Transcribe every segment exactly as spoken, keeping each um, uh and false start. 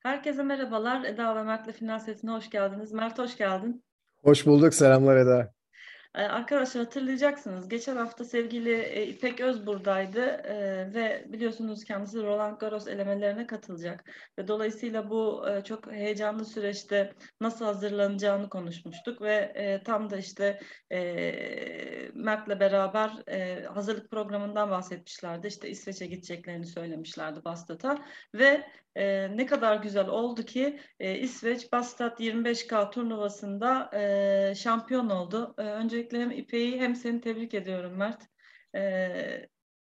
Herkese merhabalar. Eda ve Mert'le Final Setine hoş geldiniz. Mert hoş geldin. Hoş bulduk. Selamlar Eda. Ee, arkadaşlar hatırlayacaksınız. Geçen hafta sevgili e, İpek Öz buradaydı Ee, ve biliyorsunuz kendisi Roland Garros elemelerine katılacak. Ve dolayısıyla bu e, çok heyecanlı süreçte nasıl hazırlanacağını konuşmuştuk ve e, tam da işte e, Mert'le beraber e, hazırlık programından bahsetmişlerdi. İşte İsveç'e gideceklerini söylemişlerdi Bastat'a ve e, ne kadar güzel oldu ki e, İsveç Bastat yirmi beş K turnuvasında e, şampiyon oldu. E, öncelikle hem İpek'i hem seni tebrik ediyorum Mert. E,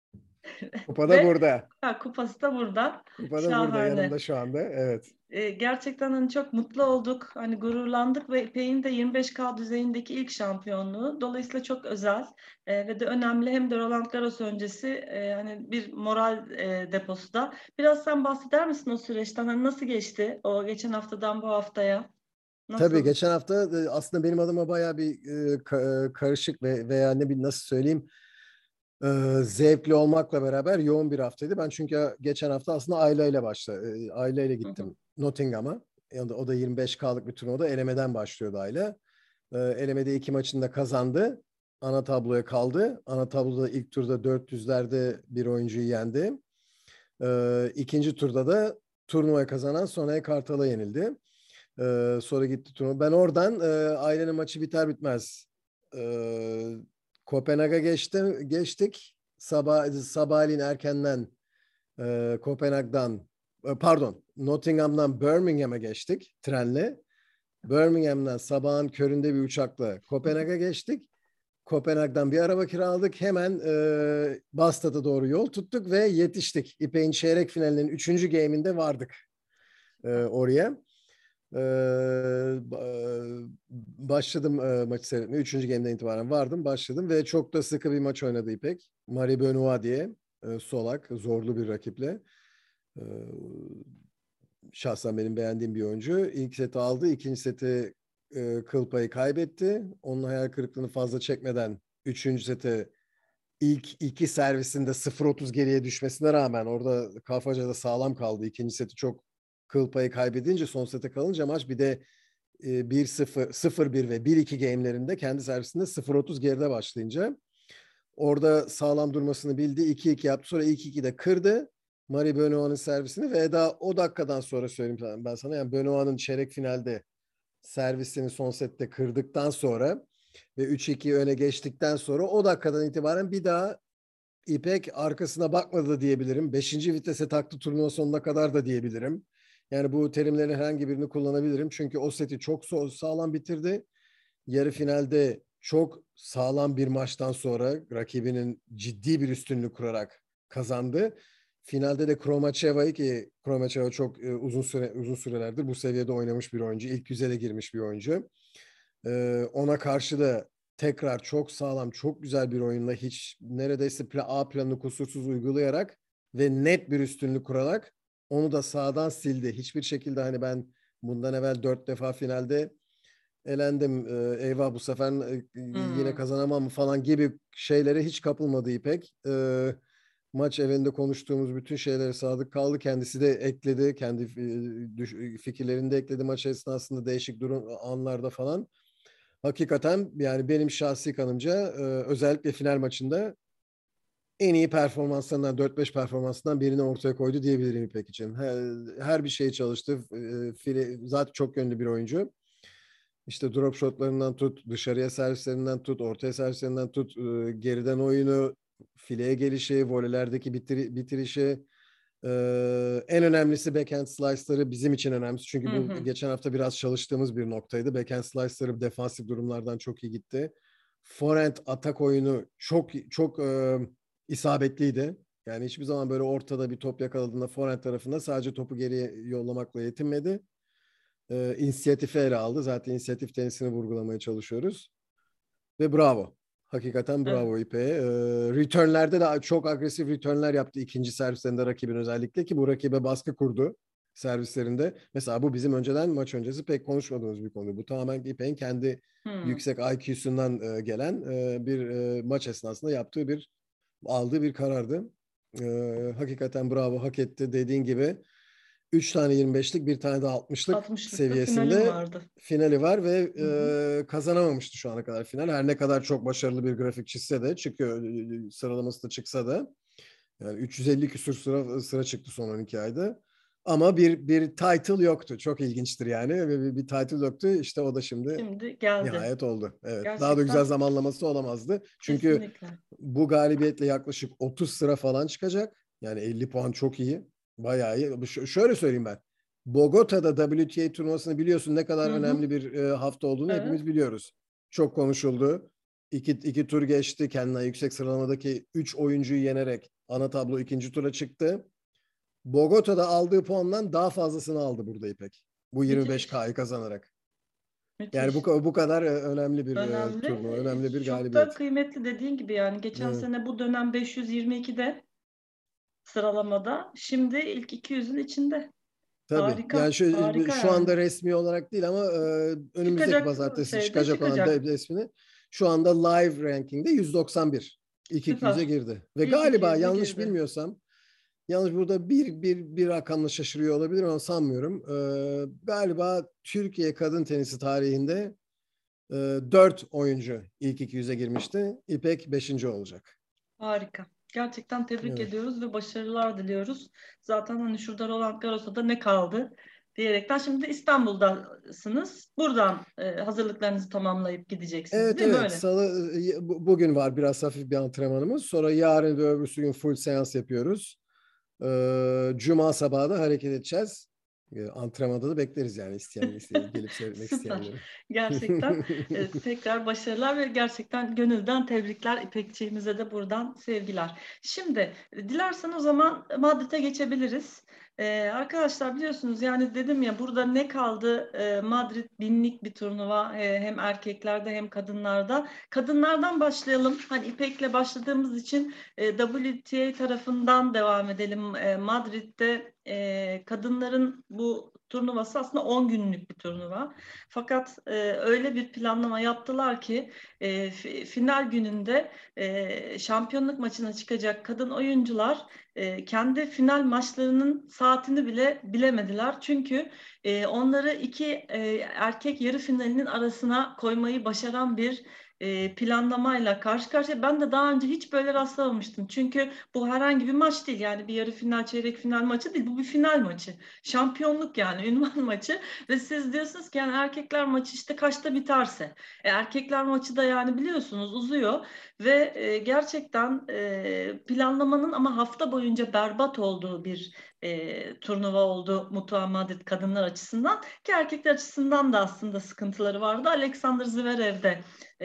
Kupa da ve burada. ha, kupası da burada. Kupa da burada Şahane. yanımda şu anda. Evet. E, gerçekten hani çok mutlu olduk. Hani gururlandık ve İpek'in de yirmi beş K düzeyindeki ilk şampiyonluğu. Dolayısıyla çok özel e, ve de önemli. Hem de Roland Garros öncesi e, hani bir moral e, deposu da. Biraz sen bahseder misin o süreçten? Hani nasıl geçti o geçen haftadan bu haftaya? Tabii Nasıl? geçen hafta e, aslında benim adıma bayağı bir e, ka- e, karışık ve veya ne bileyim nasıl söyleyeyim e, zevkli olmakla beraber yoğun bir haftaydı. Ben çünkü geçen hafta aslında aileyle başla e, aileyle Hı hı. gittim Nottingham'a. Yani o da yirmi beş K'lık bir turnuvada elemeden başlıyordu aile. E, elemede iki maçını da kazandı. Ana tabloya kaldı. Ana tabloda ilk turda dört yüzlerde bir oyuncuyu yendi. E, ikinci turda da turnuvayı kazanan Sonay Kartal'a yenildi. Ee, sonra gitti turnuva. Ben oradan e, ailenin maçı biter bitmez e, Kopenhag'a geçtim, geçtik. Sabah sabahleyin erkenden e, Kopenhag'dan e, pardon Nottingham'dan Birmingham'a geçtik trenle. Birmingham'dan sabahın köründe bir uçakla Kopenhag'a geçtik. Kopenhag'dan bir araba kiraladık. Hemen e, Bastad'a doğru yol tuttuk ve yetiştik. İpek'in çeyrek finalinin üçüncü game'inde vardık e, oraya. Ee, başladım e, maçı seyretmeye. Üçüncü game'den itibaren vardım. Başladım ve çok da sıkı bir maç oynadı İpek. Marie Benoit diye e, solak, zorlu bir rakiple. Ee, şahsen benim beğendiğim bir oyuncu. İlk seti aldı. İkinci seti e, kıl payı kaybetti. Onun hayal kırıklığını fazla çekmeden üçüncü sete ilk iki servisinde sıfır otuz geriye düşmesine rağmen orada Kafaca'da sağlam kaldı. İkinci seti çok kıl payı kaybedince son sete kalınca maç bir de e, bir sıfır, sıfır bir ve bir iki game'lerinde kendi servisinde sıfır otuz geride başlayınca orada sağlam durmasını bildi. iki iki yaptı. Sonra iki ikide kırdı. Marie Benoit'ın servisini ve daha o dakikadan sonra söyleyeyim ben sana. Yani Benoit'ın çeyrek finalde servisini son sette kırdıktan sonra ve üç iki öne geçtikten sonra o dakikadan itibaren bir daha İpek arkasına bakmadı da diyebilirim. Beşinci vitese taktı turnuva sonuna kadar da diyebilirim. Yani bu terimlerin herhangi birini kullanabilirim. Çünkü o seti çok sağlam bitirdi. Yarı finalde çok sağlam bir maçtan sonra rakibinin ciddi bir üstünlüğü kurarak kazandı. Finalde de Kromacheva'yı ki Kromacheva çok e, uzun süre uzun sürelerdir bu seviyede oynamış bir oyuncu. İlk yüze de girmiş bir oyuncu. E, ona karşı da tekrar çok sağlam, çok güzel bir oyunla hiç neredeyse A planını kusursuz uygulayarak ve net bir üstünlük kurarak onu da sağdan sildi. Hiçbir şekilde hani ben bundan evvel dört defa finalde elendim, e, eyvah bu sefer e, yine Hmm. kazanamam falan gibi şeylere hiç kapılmadı İpek. E, maç evinde konuştuğumuz bütün şeylere sadık kaldı. Kendisi de ekledi, kendi e, fikirlerini de ekledi maç esnasında değişik durum anlarda falan. Hakikaten yani benim şahsi kanımca e, özellikle final maçında en iyi performanslarından dört beş performansından birini ortaya koydu diyebilirim İpek için. Her, her bir şeye çalıştı. E, file, zaten çok yönlü bir oyuncu. İşte drop shotlarından tut, dışarıya servislerinden tut, ortaya servislerinden tut, e, geriden oyunu, fileye gelişi, voleylerdeki bitir, bitirişi. E, en önemlisi backhand slice'ları bizim için önemli. Hı Çünkü bu hı. geçen hafta biraz çalıştığımız bir noktaydı. Backhand slice'ları defansif durumlardan çok iyi gitti. Forehand atak oyunu çok çok e, isabetliydi. Yani hiçbir zaman böyle ortada bir top yakaladığında forehand tarafında sadece topu geriye yollamakla yetinmedi. E, inisiyatifi ele aldı. Zaten inisiyatif tenisini vurgulamaya çalışıyoruz. Ve bravo. Hakikaten Evet. bravo İpek'e. E, returnlerde de çok agresif returnler yaptı ikinci servislerinde rakibin özellikle ki bu rakibe baskı kurdu servislerinde. Mesela bu bizim önceden maç öncesi pek konuşmadığımız bir konu. Bu tamamen İpek'in kendi Hmm. yüksek I Q'sundan e, gelen e, bir e, maç esnasında yaptığı bir aldığı bir karardı. E, hakikaten bravo, hak etti dediğin gibi. üç tane yirmi beşlik, bir tane de altmışlık altmışlıkta finalim seviyesinde vardı. finali var ve Hı hı. e, kazanamamıştı şu ana kadar final. Her ne kadar çok başarılı bir grafik çizse de, çıkıyor e, sıralaması da çıksa da, yani üç yüz elli küsur sıra sıra çıktı son on iki ayda. Ama bir bir title yoktu. Çok ilginçtir yani. Ve bir, bir title yoktu. İşte o da şimdi Şimdi geldi. nihayet oldu. Evet. Daha da güzel Gerçekten zamanlaması olamazdı. Çünkü kesinlikle. bu galibiyetle yaklaşık otuz sıra falan çıkacak. Yani elli puan çok iyi. Bayağı iyi. Ş- şöyle söyleyeyim ben. Bogota'da W T A turnuvasını biliyorsun, ne kadar Hı hı. önemli bir e, hafta olduğunu Evet. hepimiz biliyoruz. Çok konuşuldu. İki, iki tur geçti. Kendine yüksek sıralamadaki üç oyuncuyu yenerek ana tablo ikinci tura çıktı. Bogota'da aldığı puandan daha fazlasını aldı burada İpek. Bu Müthiş. yirmi beş K'yı kazanarak. Yani Müthiş. bu bu kadar e, önemli bir e, Önemli. turnuva, Ee, önemli bir Çok da galibiyet. kıymetli dediğin gibi yani geçen Evet. sene bu dönem beş yüz yirmi ikide sıralamada. Şimdi ilk iki yüzün içinde. Tabii. Yani Harika. şu, Harika şu anda yani. resmi olarak değil ama e, önümüzdeki Çıkacak pazartesi şeyde çıkacak olan da çıkacak. resmini. Şu anda live rankingde yüz doksan bir. İlk iki yüze Süper. girdi. Ve İlk galiba iki yüze yanlış girdi. bilmiyorsam, yalnız burada bir, bir, bir rakamla şaşırıyor olabilir ama sanmıyorum. E, galiba Türkiye kadın tenisi tarihinde e, dört oyuncu ilk iki yüze girmişti. İpek beşinci olacak. Harika. Gerçekten tebrik Evet. ediyoruz ve başarılar diliyoruz. Zaten hani şurada Roland Garros'ta da ne kaldı diyerekten şimdi İstanbul'dasınız. Buradan e, hazırlıklarınızı tamamlayıp gideceksiniz Evet, değil mi evet. öyle? Salı, e, bu- bugün var biraz hafif bir antrenmanımız. Sonra yarın ve öbürsü gün full seans yapıyoruz. Ee, Cuma sabahı da hareket edeceğiz. Ee, antrenmanda da bekleriz yani, isteyen, isteyen gelip seyretmek Süper. isteyenleri. Gerçekten e, tekrar başarılar ve gerçekten gönülden tebrikler. İpekçiğimize de buradan sevgiler. Şimdi e, dilersen o zaman Madrid'e geçebiliriz. E, arkadaşlar biliyorsunuz yani dedim ya burada ne kaldı? E, Madrid binlik bir turnuva e, hem erkeklerde hem kadınlarda. Kadınlardan başlayalım. Hani İpek'le başladığımız için e, W T A tarafından devam edelim. E, Madrid'de e, kadınların bu turnuvası aslında on günlük bir turnuva. Fakat e, öyle bir planlama yaptılar ki e, final gününde e, şampiyonluk maçına çıkacak kadın oyuncular e, kendi final maçlarının saatini bile bilemediler. Çünkü e, onları iki e, erkek yarı finalinin arasına koymayı başaran bir e, planlamayla karşı karşıya. Ben de daha önce hiç böyle rastlamamıştım. Çünkü bu herhangi bir maç değil. Yani bir yarı final, çeyrek final maçı değil. Bu bir final maçı. Şampiyonluk yani ünvan maçı. Ve siz diyorsunuz ki yani erkekler maçı işte kaçta biterse. E, erkekler maçı da yani biliyorsunuz uzuyor. Ve e, gerçekten e, planlamanın ama hafta boyunca berbat olduğu bir e, turnuva oldu Mutua Madrid kadınlar açısından. Ki erkekler açısından da aslında sıkıntıları vardı. Alexander Zverev de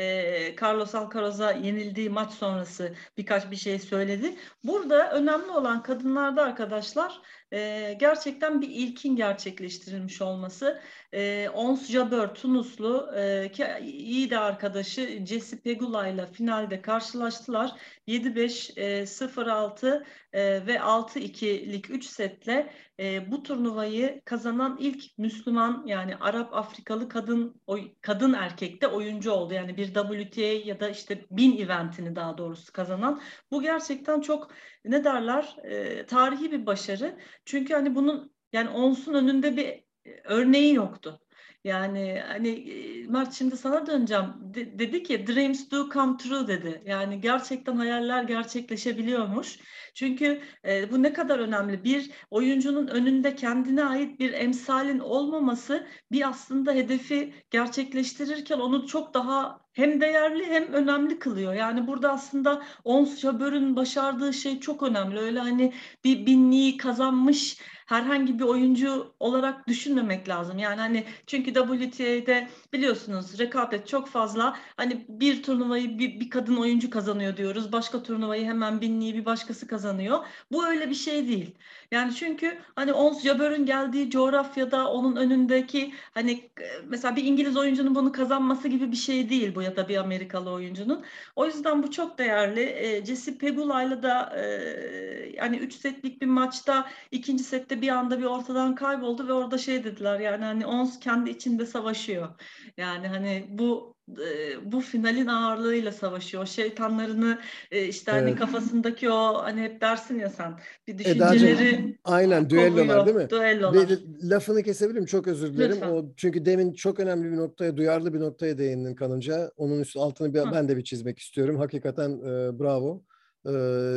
e, Carlos Alcaraz'a yenildiği maç sonrası birkaç bir şey söyledi. Burada önemli olan kadınlarda arkadaşlar e, gerçekten bir ilkin gerçekleştirilmiş olması. E, Ons Jabeur Tunuslu e, ki iyi de arkadaşı Jessie Pegula ile finalde karşılaştılar. yedi beş, e, sıfır altı e, ve altı ikilik üç setle e, bu turnuvayı kazanan ilk Müslüman yani Arap Afrikalı kadın oy, kadın erkekte oyuncu oldu. Yani bir W T A ya da işte bin eventini daha doğrusu kazanan. Bu gerçekten çok ne derler e, tarihi bir başarı. Çünkü hani bunun yani Ons'un önünde bir e, örneği yoktu. Yani hani e, Mert şimdi sana döneceğim. De- dedi ki dreams do come true dedi. Yani gerçekten hayaller gerçekleşebiliyormuş. Çünkü e, bu ne kadar önemli. Bir oyuncunun önünde kendine ait bir emsalin olmaması bir aslında hedefi gerçekleştirirken onu çok daha hem değerli hem önemli kılıyor. Yani burada aslında Ons Jabeur'ün başardığı şey çok önemli. Öyle hani bir binliği kazanmış herhangi bir oyuncu olarak düşünmemek lazım. Yani hani çünkü W T A'de biliyorsunuz rekabet çok fazla. Hani bir turnuvayı bir, bir kadın oyuncu kazanıyor diyoruz. Başka turnuvayı hemen binliği bir başkası kazanıyor. Bu öyle bir şey değil. Yani çünkü hani Ons Jabeur'ün geldiği coğrafyada onun önündeki hani e, mesela bir İngiliz oyuncunun bunu kazanması gibi bir şey değil bu ya da bir Amerikalı oyuncunun. O yüzden bu çok değerli. E, Jessie Pegula'yla da e, yani üç setlik bir maçta ikinci sette bir anda bir ortadan kayboldu ve orada şey dediler yani hani Ons kendi içinde savaşıyor. Yani hani bu e, bu finalin ağırlığıyla savaşıyor. O şeytanlarını e, işte hani Evet. kafasındaki o hani hep dersin ya sen bir Eda'cığım düşünceleri aynen düellolar değil kovuyor. mi? Bir Düellolar. de lafını kesebilirim, çok özür dilerim. Lütfen. O çünkü demin çok önemli bir noktaya, duyarlı bir noktaya değindin kanımca. Onun üstü altını bir- Hı. ben de bir çizmek istiyorum. Hakikaten e, bravo. E,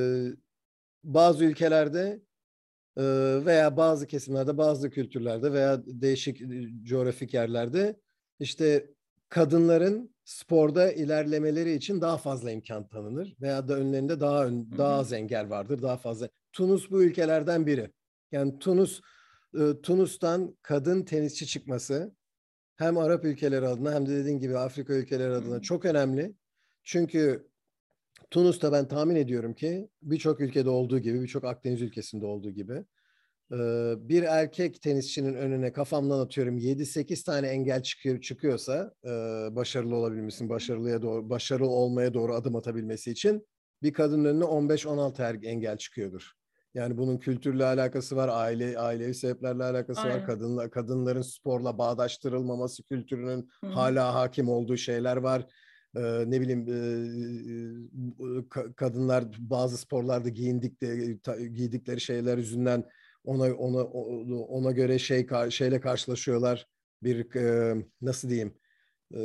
bazı ülkelerde e, veya bazı kesimlerde, bazı kültürlerde veya değişik e, coğrafik yerlerde işte kadınların sporda ilerlemeleri için daha fazla imkan tanınır veya da önlerinde daha ön- Hı daha hı. az engel vardır, daha fazla. Tunus bu ülkelerden biri. Yani Tunus e, Tunus'tan kadın tenisçi çıkması hem Arap ülkeleri adına hem de dediğin gibi Afrika ülkeleri Hı hı. adına çok önemli. Çünkü Tunus'ta ben tahmin ediyorum ki birçok ülkede olduğu gibi, birçok Akdeniz ülkesinde olduğu gibi ee, bir erkek tenisçinin önüne kafamdan atıyorum yedi sekiz tane engel çıkıyor çıkıyorsa e, başarılı olabilmesi, başarılıya doğru, başarılı olmaya doğru adım atabilmesi için bir kadının önüne on beş on altı er- engel çıkıyordur. Yani bunun kültürle alakası var, aile ailevi sebeplerle alakası var, Aynen. kadınla kadınların sporla bağdaştırılmaması kültürünün Hı hı. hala hakim olduğu şeyler var. Ee, ne bileyim e, e, ka- kadınlar bazı sporlarda giyindikleri ta- giydikleri şeyler yüzünden ona ona ona göre şey şeyle karşılaşıyorlar, bir e, nasıl diyeyim, e,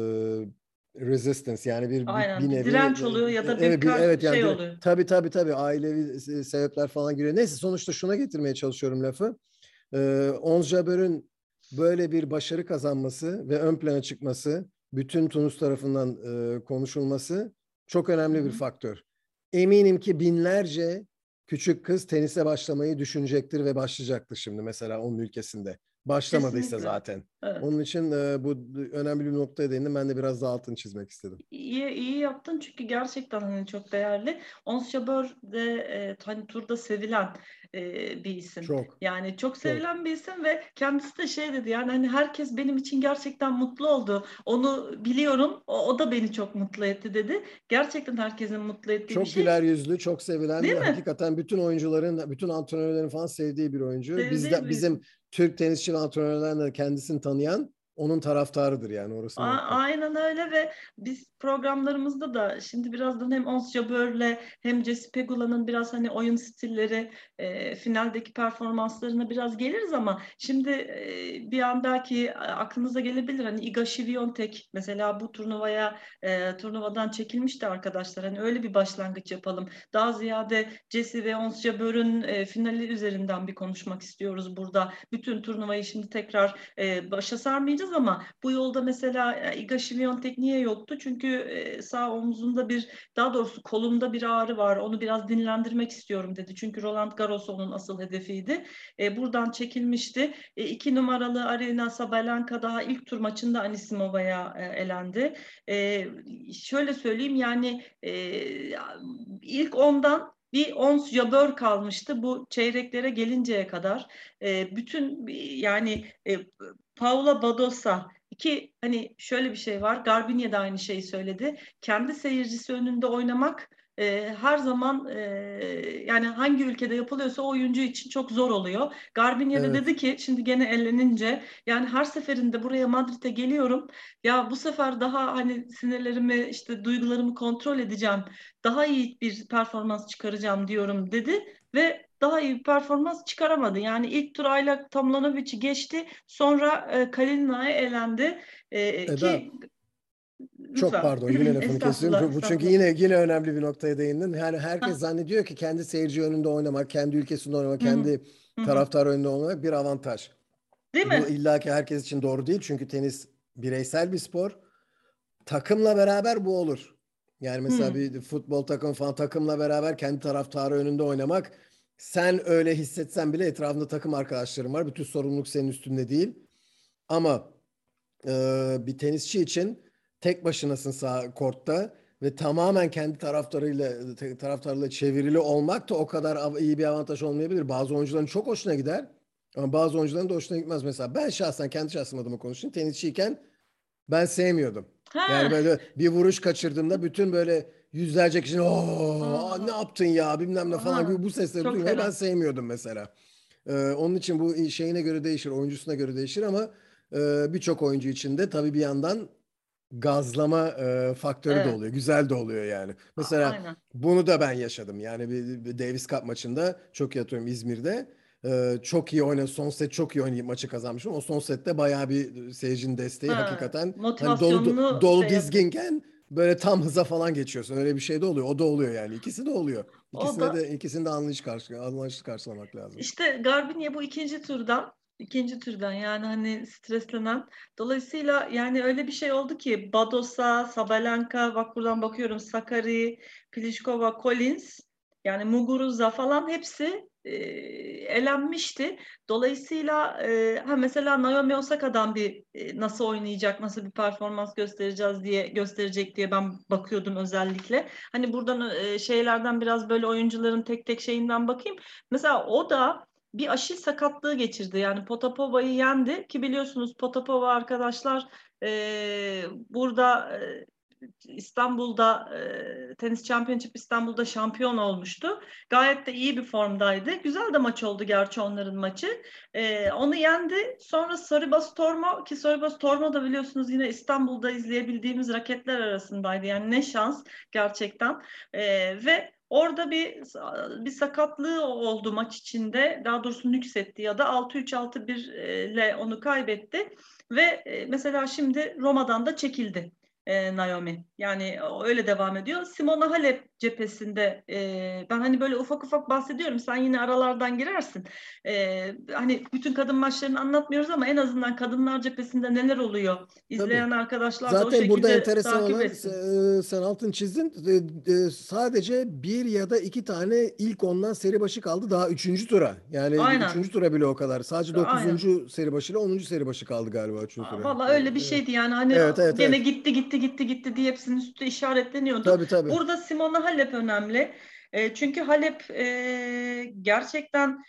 resistance, yani bir bir, bir Aynen. Bir nevi direnç e, oluyor ya da bir evet bir kar evet yani şey dire- oluyor. tabii tabii tabii ailevi sebepler falan giriyor. Neyse, sonuçta şuna getirmeye çalışıyorum lafı. E, Ons Jabeur'ün böyle bir başarı kazanması ve ön plana çıkması, bütün Tunus tarafından e, konuşulması çok Hı önemli bir hı. faktör. Eminim ki binlerce küçük kız tenise başlamayı düşünecektir ve başlayacaktır şimdi mesela onun ülkesinde. Başlamadıysa Kesinlikle. zaten. Evet. Onun için e, bu önemli bir noktaya değindim. Ben de biraz daha altını çizmek istedim. İyi, iyi yaptın çünkü gerçekten hani çok değerli. Ons Jabeur de e, hani turda sevilen e, bir isim. Çok, Yani çok çok. sevilen bir isim ve kendisi de şey dedi yani hani herkes benim için gerçekten mutlu oldu. Onu biliyorum. O, o da beni çok mutlu etti dedi. Gerçekten herkesin mutlu ettiği bir Çok şey. güler yüzlü, çok sevilen, Değil mi? hakikaten bütün oyuncuların, bütün antrenörlerin falan sevdiği bir oyuncu. Biz Sevdiği de, bir bizim isim. Türk tenisçi ve antrenörler de kendisini tanıyan onun taraftarıdır, yani orası A- muhakkak. Aynen öyle ve biz programlarımızda da şimdi birazdan hem Ons Jabeur'le hem Jesse Pegula'nın biraz hani oyun stilleri, e, finaldeki performanslarına biraz geliriz ama şimdi e, bir an belki aklınıza gelebilir hani Iga Świątek mesela bu turnuvaya e, turnuvadan çekilmişti arkadaşlar. Hani öyle bir başlangıç yapalım. Daha ziyade Jesse ve Ons Jabeur'ün e, finali üzerinden bir konuşmak istiyoruz burada. Bütün turnuvayı şimdi tekrar e, başa sarmayacağız ama bu yolda mesela e, Iga Świątek niye yoktu? Çünkü e, sağ omzunda bir, daha doğrusu kolumda bir ağrı var. Onu biraz dinlendirmek istiyorum dedi. Çünkü Roland Garros onun asıl hedefiydi. E, buradan çekilmişti. E, iki numaralı Aryna Sabalenka daha ilk tur maçında Anisimova'ya e, elendi. E, şöyle söyleyeyim yani e, ilk ondan bir Ons Jabeur kalmıştı bu çeyreklere gelinceye kadar. E, bütün yani e, Paula Badosa ki hani şöyle bir şey var. Garbinier de aynı şeyi söyledi. Kendi seyircisi önünde oynamak e, her zaman e, yani hangi ülkede yapılıyorsa o oyuncu için çok zor oluyor. Garbinier de Evet. dedi ki şimdi gene ellenince yani her seferinde buraya Madrid'e geliyorum. Ya bu sefer daha hani sinirlerimi işte duygularımı kontrol edeceğim. Daha iyi bir performans çıkaracağım diyorum dedi ve daha iyi bir performans çıkaramadı. Yani ilk tur Ayla Tomlanovic'i geçti. Sonra e, Kalina'ya elendi. E, Eda, ki çok lütfen. pardon, yine lafını Estağfurullah, kesiyorum. Bu çünkü estağfurullah. yine yine önemli bir noktaya değindin. Yani herkes Hah, zannediyor ki kendi seyirci önünde oynamak, kendi ülkesinde oynamak, hı hı, kendi hı hı. taraftar önünde oynamak bir avantaj. Değil Bu mi? illaki herkes için doğru değil. Çünkü tenis bireysel bir spor. Takımla beraber bu olur. Yani mesela Hı. bir futbol takım falan, takımla beraber kendi taraftarı önünde oynamak. Sen öyle hissetsen bile etrafında takım arkadaşların var. Bütün sorumluluk senin üstünde değil. Ama e, bir tenisçi için tek başınasın sağ kortta ve tamamen kendi taraftarıyla taraftarıyla çevrili olmak da o kadar iyi bir avantaj olmayabilir. Bazı oyuncuların çok hoşuna gider. Ama bazı oyuncuların da hoşuna gitmez. Mesela ben şahsen kendi şahsım adıma konuşayım. Tenisçiyken ben sevmiyordum. Yani Ha. böyle bir vuruş kaçırdığımda bütün böyle yüzlerce kişinin "Aa, ne Aa, yaptın ya bilmem ne" falan aha, gibi bu sesleri çok duymayı ben fena. sevmiyordum mesela. Ee, onun için bu şeyine göre değişir, oyuncusuna göre değişir ama e, birçok oyuncu için de tabii bir yandan gazlama e, faktörü de Evet. oluyor. Güzel de oluyor yani. A- Mesela aynen. bunu da ben yaşadım. Yani bir, bir Davis Cup maçında çok iyi hatırlıyorum İzmir'de. E, çok iyi oynadı. Son set çok iyi oynayıp maçı kazanmışım. O son sette bayağı bir seyircinin desteği Ha, hakikaten hani dolu do- motivasyonunu dolu şey yapıyor. dizginken böyle tam hıza falan geçiyorsun. Öyle bir şey de oluyor. O da oluyor yani. İkisi de oluyor. O İkisine da de ikisini de anlayış karşı, anlayışlı karşılamak lazım. işte Garbine bu ikinci turdan ikinci turdan yani hani streslenen. Dolayısıyla yani öyle bir şey oldu ki Badosa, Sabalenka, bak buradan bakıyorum Sakkari, Pliskova, Collins yani Muguruza falan hepsi e, elenmişti. Dolayısıyla e, ha mesela Naomi Osaka'dan bir e, nasıl oynayacak, nasıl bir performans göstereceğiz diye gösterecek diye ben bakıyordum özellikle. Hani buradan e, şeylerden biraz böyle oyuncuların tek tek şeyinden bakayım. Mesela o da bir aşil sakatlığı geçirdi. Yani Potapova'yı yendi ki biliyorsunuz Potapova arkadaşlar e, burada e, İstanbul'da e, Tenis Championship İstanbul'da şampiyon olmuştu. Gayet de iyi bir formdaydı. Güzel de maç oldu gerçi onların maçı. E, onu yendi. Sonra Sorribas Tormo ki Sorribas Tormo da biliyorsunuz yine İstanbul'da izleyebildiğimiz raketler arasındaydı. Yani ne şans gerçekten. E, ve orada bir bir sakatlığı oldu maç içinde. Daha doğrusu nüksetti ya da altı üç altı bir ile onu kaybetti. Ve e, mesela şimdi Roma'dan da çekildi e, Naomi. Yani öyle devam ediyor. Simona Halep cephesinde e, ben hani böyle ufak ufak bahsediyorum. Sen yine aralardan girersin. E, hani bütün kadın maçlarını anlatmıyoruz ama en azından kadınlar cephesinde neler oluyor? Tabii. İzleyen arkadaşlar da o Zaten burada şekilde enteresan takip olan etsin. se- e, sen altın çizdin. E, e, Sadece bir ya da iki tane ilk ondan seri başı kaldı daha üçüncü tura. Yani Aynen. üçüncü tura bile o kadar. Sadece Aynen. dokuzuncu seri başı ile onuncu seri başı kaldı galiba üçüncü tura. Valla E, öyle bir Evet. şeydi yani hani Evet, evet, gene evet. gitti gitti gitti gitti diye hepsinin üstü işaretleniyordu. Tabii, tabii. Burada Simona Halep önemli. E, çünkü Halep e, gerçekten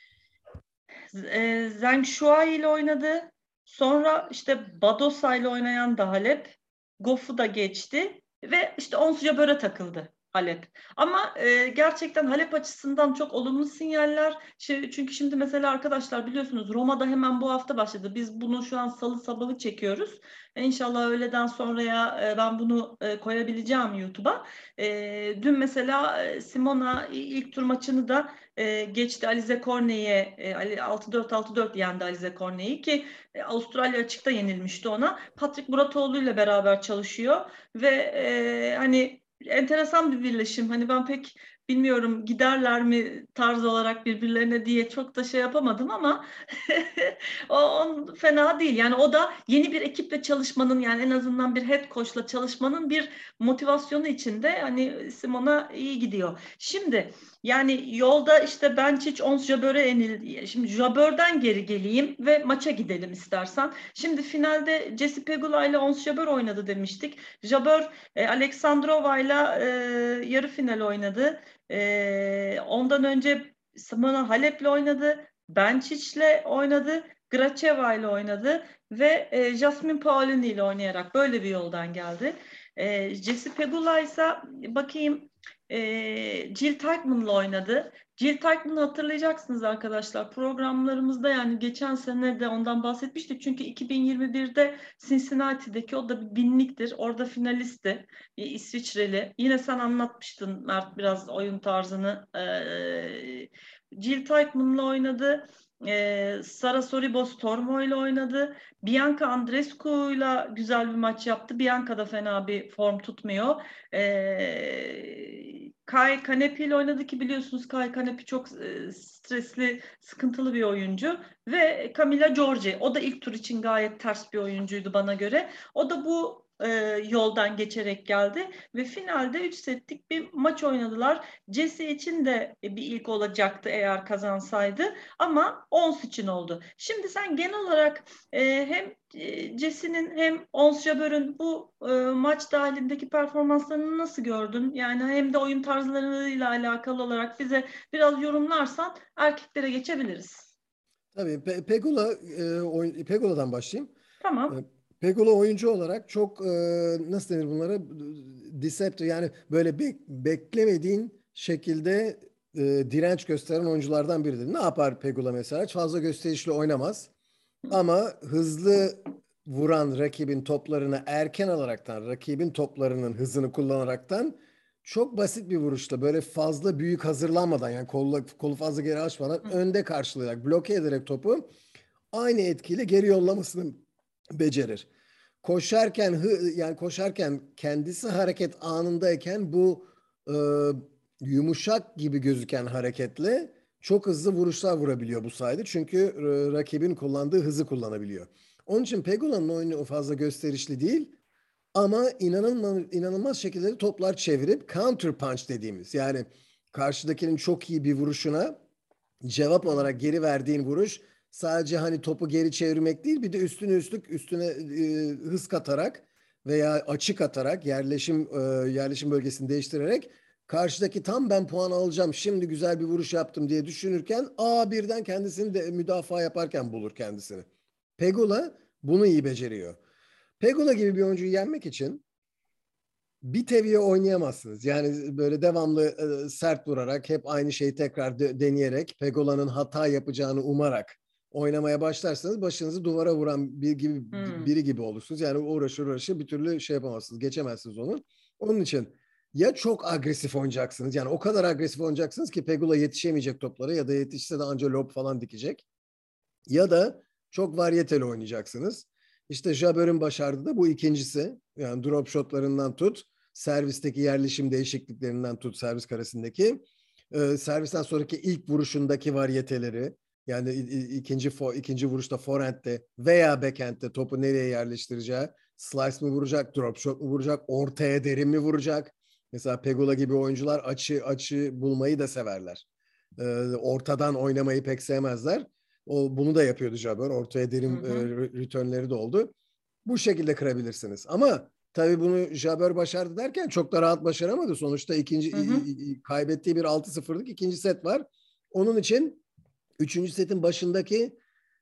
e, Zheng Shuai ile oynadı. Sonra işte Badosa ile oynayan da Halep. Goff'u da geçti. Ve işte Ons Jabeur'e takıldı Halep. Ama e, gerçekten Halep açısından çok olumlu sinyaller. Şey, çünkü şimdi mesela arkadaşlar biliyorsunuz Roma'da hemen bu hafta başladı. Biz bunu şu an salı sabahı çekiyoruz. E, İnşallah öğleden sonraya e, ben bunu e, koyabileceğim YouTube'a. E, dün mesela e, Simona ilk tur maçını da e, geçti Alize Cornet'e e, altı dört altı dört yendi Alize Cornet'i ki e, Avustralya açıkta yenilmişti ona. Patrick Muratoğlu ile beraber çalışıyor ve e, hani enteresan bir birleşim. Hani ben pek bilmiyorum giderler mi tarz olarak birbirlerine diye çok da şey yapamadım ama o on, fena değil. Yani o da yeni bir ekiple çalışmanın yani en azından bir head coach'la çalışmanın bir motivasyonu içinde hani Simona iyi gidiyor. Şimdi yani yolda işte Benčić, Ons Jabeur'e yenildi. Şimdi Jabeur'den geri geleyim ve maça gidelim istersen. Şimdi finalde Jessie Pegula ile Ons Jabeur oynadı demiştik. Jabeur e, Aleksandrova ile e, yarı final oynadı. E, ondan önce Simona Halep'le oynadı. Benčić'le oynadı. Gracheva ile oynadı ve e, Jasmine Paolini ile oynayarak böyle bir yoldan geldi. E, Jessie Pegula ise bakayım e, Jill Teichmann'la oynadı. Jill Teichmann'ı hatırlayacaksınız arkadaşlar. Programlarımızda yani geçen sene de ondan bahsetmiştik. Çünkü iki bin yirmi birde Cincinnati'deki o da bir binliktir. Orada finalistti. Bir İsviçreli. Yine sen anlatmıştın Mert biraz oyun tarzını. Ee, Jill Teichmann'la oynadı. Ee, Sara Sorribos Tormo ile oynadı. Bianca Andreescu'yla güzel bir maç yaptı. Bianca da fena bir form tutmuyor. Ee, Kai Kanepi ile oynadı ki biliyorsunuz Kai Kanepi çok e, stresli, sıkıntılı bir oyuncu. Ve Camila Giorgi. O da ilk tur için gayet ters bir oyuncuydu bana göre. O da bu e, yoldan geçerek geldi ve finalde üç setlik bir maç oynadılar. Jessie için de bir ilk olacaktı eğer kazansaydı ama Ons için oldu. Şimdi sen genel olarak e, hem e, Jessie'nin hem Ons Jabeur'ün bu e, maç dahilindeki performanslarını nasıl gördün? Yani hem de oyun tarzlarıyla alakalı olarak bize biraz yorumlarsan erkeklere geçebiliriz. Tabii Pe- Pegula e, oy- Pegula'dan başlayayım. E, Tamam. Pegula oyuncu olarak çok e, nasıl denir bunlara? Deceptive yani böyle bek- beklemediğin şekilde e, direnç gösteren oyunculardan biridir. Ne yapar Pegula mesela? Hiç fazla gösterişli oynamaz. Ama hızlı vuran rakibin toplarını erken alaraktan, rakibin toplarının hızını kullanaraktan çok basit bir vuruşla, böyle fazla büyük hazırlanmadan, yani kolu, kolu fazla geri açmadan Hı. önde karşılayarak, bloke ederek topu aynı etkiyle geri yollamasını becerir. Koşarken hı, yani koşarken kendisi hareket anındayken bu e, yumuşak gibi gözüken hareketle çok hızlı vuruşlar vurabiliyor bu sayede. Çünkü e, rakibin kullandığı hızı kullanabiliyor. Onun için Pegula'nın oyunu fazla gösterişli değil. Ama inanılmaz, inanılmaz şekilde toplar çevirip counter punch dediğimiz, yani karşıdakinin çok iyi bir vuruşuna cevap Hı. olarak geri verdiğin vuruş sadece hani topu geri çevirmek değil, bir de üstüne üstlük üstüne e, hız katarak veya açık atarak yerleşim e, yerleşim bölgesini değiştirerek karşıdaki tam ben puan alacağım şimdi güzel bir vuruş yaptım diye düşünürken a birden kendisini de müdafaa yaparken bulur kendisini. Pegula bunu iyi beceriyor. Pegula gibi bir oyuncuyu yenmek için bir teviye oynayamazsınız. Yani böyle devamlı e, sert vurarak, hep aynı şeyi tekrar de, deneyerek, Pegola'nın hata yapacağını umarak oynamaya başlarsanız başınızı duvara vuran bir gibi Hı. biri gibi olursunuz. Yani uğraşır uğraşır bir türlü şey yapamazsınız, geçemezsiniz onu. Onun için ya çok agresif oynayacaksınız. Yani o kadar agresif oynayacaksınız ki Pegula yetişemeyecek toplara, ya da yetişse de anca lob falan dikecek. Ya da çok varyeteli oynayacaksınız. İşte Jabber'in başardığı da bu ikincisi. Yani drop shotlarından tut, servisteki yerleşim değişikliklerinden tut, servis karesindeki. Ee, servisten sonraki ilk vuruşundaki varyeteleri, yani ikinci ikinci vuruşta forehand'de veya backhand'de topu nereye yerleştireceği, slice mi vuracak, drop shot mu vuracak, ortaya derin mi vuracak? Mesela Pegula gibi oyuncular açı açı bulmayı da severler. Ee, ortadan oynamayı pek sevmezler. O bunu da yapıyordu Jabber. Ortaya Hı derin hı. e, returnleri de oldu. Bu şekilde kırabilirsiniz. Ama tabii bunu Jabber başardı derken çok da rahat başaramadı. Sonuçta ikinci Hı hı. kaybettiği bir altı sıfırlık ikinci set var. Onun için üçüncü setin başındaki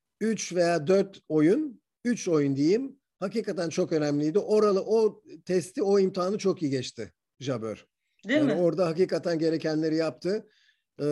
üç veya dört oyun, üç oyun diyeyim, hakikaten çok önemliydi. Oralı o testi, o imtihanı çok iyi geçti Jabber. Değil Yani mi? orada hakikaten gerekenleri yaptı. Ee,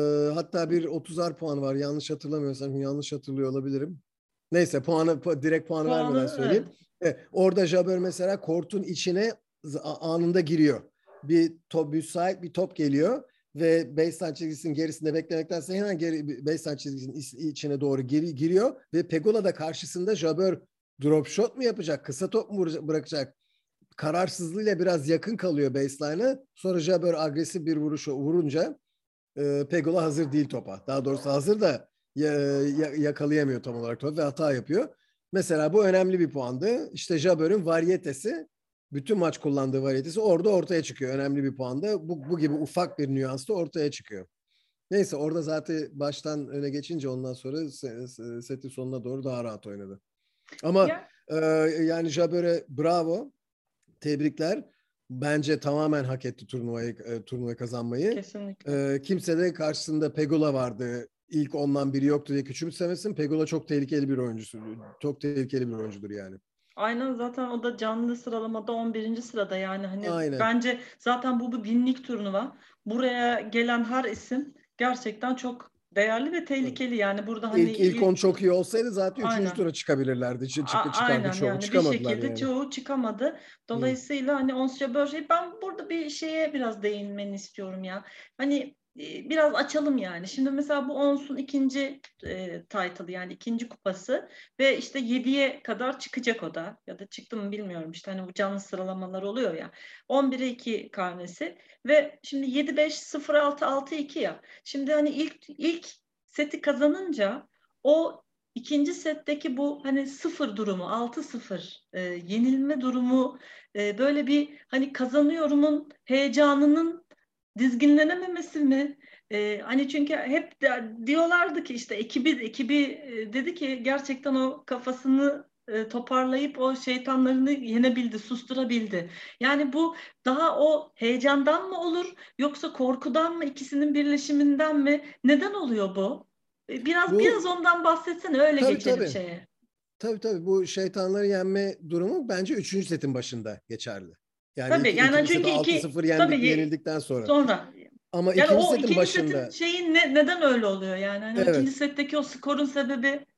hatta bir otuzar puan var. Yanlış hatırlamıyorsam, yanlış hatırlıyor olabilirim. Neyse, puanı direkt puanı vermeden Puanı söyleyeyim. evet. Evet, orada Jabber mesela kortun içine anında giriyor. Bir top, müsait bir top geliyor ve baseline çizgisinin gerisinde beklemektense hemen geri baseline çizgisinin içine doğru geri, giriyor ve Pegula da karşısında Jabber drop shot mu yapacak, kısa top mu bırakacak? Kararsızlığıyla biraz yakın kalıyor baseline'a. Sonra Jabber agresif bir vuruş vurunca e, Pegula hazır değil topa. Daha doğrusu hazır da ya, ya, yakalayamıyor tam olarak topu ve hata yapıyor. Mesela bu önemli bir puandı. İşte Jabber'in varyetesi, bütün maç kullandığı varyetesi orada ortaya çıkıyor. Önemli bir puanda. Bu, bu gibi ufak bir nüans da ortaya çıkıyor. Neyse, orada zaten baştan öne geçince ondan sonra setin sonuna doğru daha rahat oynadı. Ama Ya e, yani Jabber'e bravo. Tebrikler. Bence tamamen hak etti turnuvayı, e, turnuvayı kazanmayı. kesinlikle. E, kimse de karşısında Pegula vardı, İlk ondan biri yoktu diye küçümsemesin. Pegula çok tehlikeli bir oyuncusu. Çok tehlikeli bir oyuncudur yani. Aynen, zaten o da canlı sıralamada on birinci sırada, yani hani Aynen. bence zaten bu bir binlik turnuva. Buraya gelen her isim gerçekten çok değerli ve tehlikeli, yani burada hani İlk ilk on ilk çok iyi olsaydı zaten üçüncü aynen tura çıkabilirlerdi. Çık, A- çık, çıkardı aynen, çoğu. yani bir Çıkamadılar şekilde yani. çoğu çıkamadı. Hı. Dolayısıyla hani Ons Jabeur, ben burada bir şeye biraz değinmeni istiyorum ya. Hani e, biraz açalım yani. Şimdi mesela bu Ons'un ikinci e, title'ı, yani ikinci kupası ve işte yediye kadar çıkacak o da. Ya da çıktı mı bilmiyorum, işte hani bu canlı sıralamalar oluyor ya. on bire iki karnesi ve şimdi yedi beş sıfır altı altı iki ya. Şimdi hani ilk ilk seti kazanınca o İkinci setteki bu hani sıfır durumu, altı sıfır e, yenilme durumu, e, böyle bir hani kazanıyorumun heyecanının dizginlenememesi mi? E, hani çünkü hep de, diyorlardı ki işte ekibi ekibi e, dedi ki gerçekten o kafasını e, toparlayıp o şeytanlarını yenebildi, susturabildi. Yani bu daha o heyecandan mı olur, yoksa korkudan mı, ikisinin birleşiminden mi? Neden oluyor bu? E, Biraz biraz Bu ondan bahsetsene, öyle tabii geçelim tabii. şeye. Tabii tabii, bu şeytanları yenme durumu bence üçüncü setin başında geçerli. Yani Tabii iki, yani ikinci seti çünkü altı iki sıfır tabii yendik, ye- yenildikten sonra. sonra Ama yani ikinci o setin ikinci setin başında şeyi ne, neden öyle oluyor yani? Hani o ikinci evet. setteki o skorun sebebi.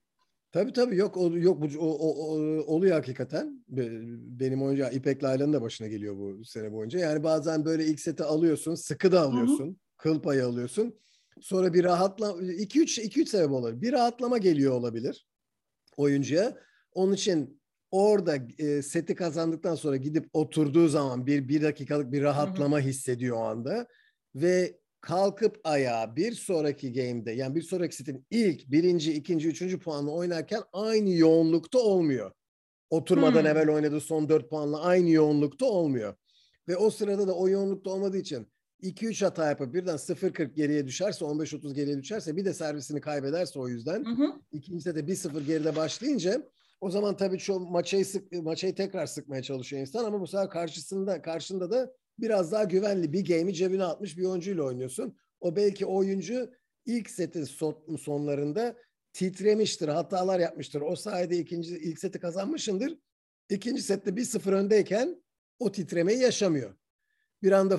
Tabii tabii yok o, yok bu o, o, o- oluyor hakikaten. Be- Benim oyuncu İpek Laylan'ın da başına geliyor bu sene boyunca. Yani bazen böyle ilk seti alıyorsun, sıkı da Hı hı. alıyorsun, kıl payı alıyorsun. Sonra bir rahatla iki üç iki üç sebep olabilir. Bir rahatlama geliyor olabilir oyuncuya. Onun için orada e, seti kazandıktan sonra gidip oturduğu zaman bir bir dakikalık bir Hı hı. rahatlama hissediyor o anda ve kalkıp ayağa bir sonraki game'de yani bir sonraki setin ilk birinci, ikinci, üçüncü puanla oynarken aynı yoğunlukta olmuyor. Oturmadan Hmm. evvel oynadığı son dört puanla aynı yoğunlukta olmuyor. Ve o sırada da o yoğunlukta olmadığı için iki üç hata yapıp birden sıfır kırk geriye düşerse, on beş otuz geriye düşerse bir de servisini kaybederse o yüzden Hı hı. ikinci sete bir sıfır geride başlayınca o zaman tabii şu maçayı sık, maçayı tekrar sıkmaya çalışıyor insan ama bu sefer karşısında karşında da biraz daha güvenli bir game'i cebine atmış bir oyuncuyla oynuyorsun. O belki oyuncu ilk setin son, sonlarında titremiştir, hatalar yapmıştır. O sayede ikinci ilk seti kazanmışındır. İkinci sette bir sıfır öndeyken o titremeyi yaşamıyor. Bir anda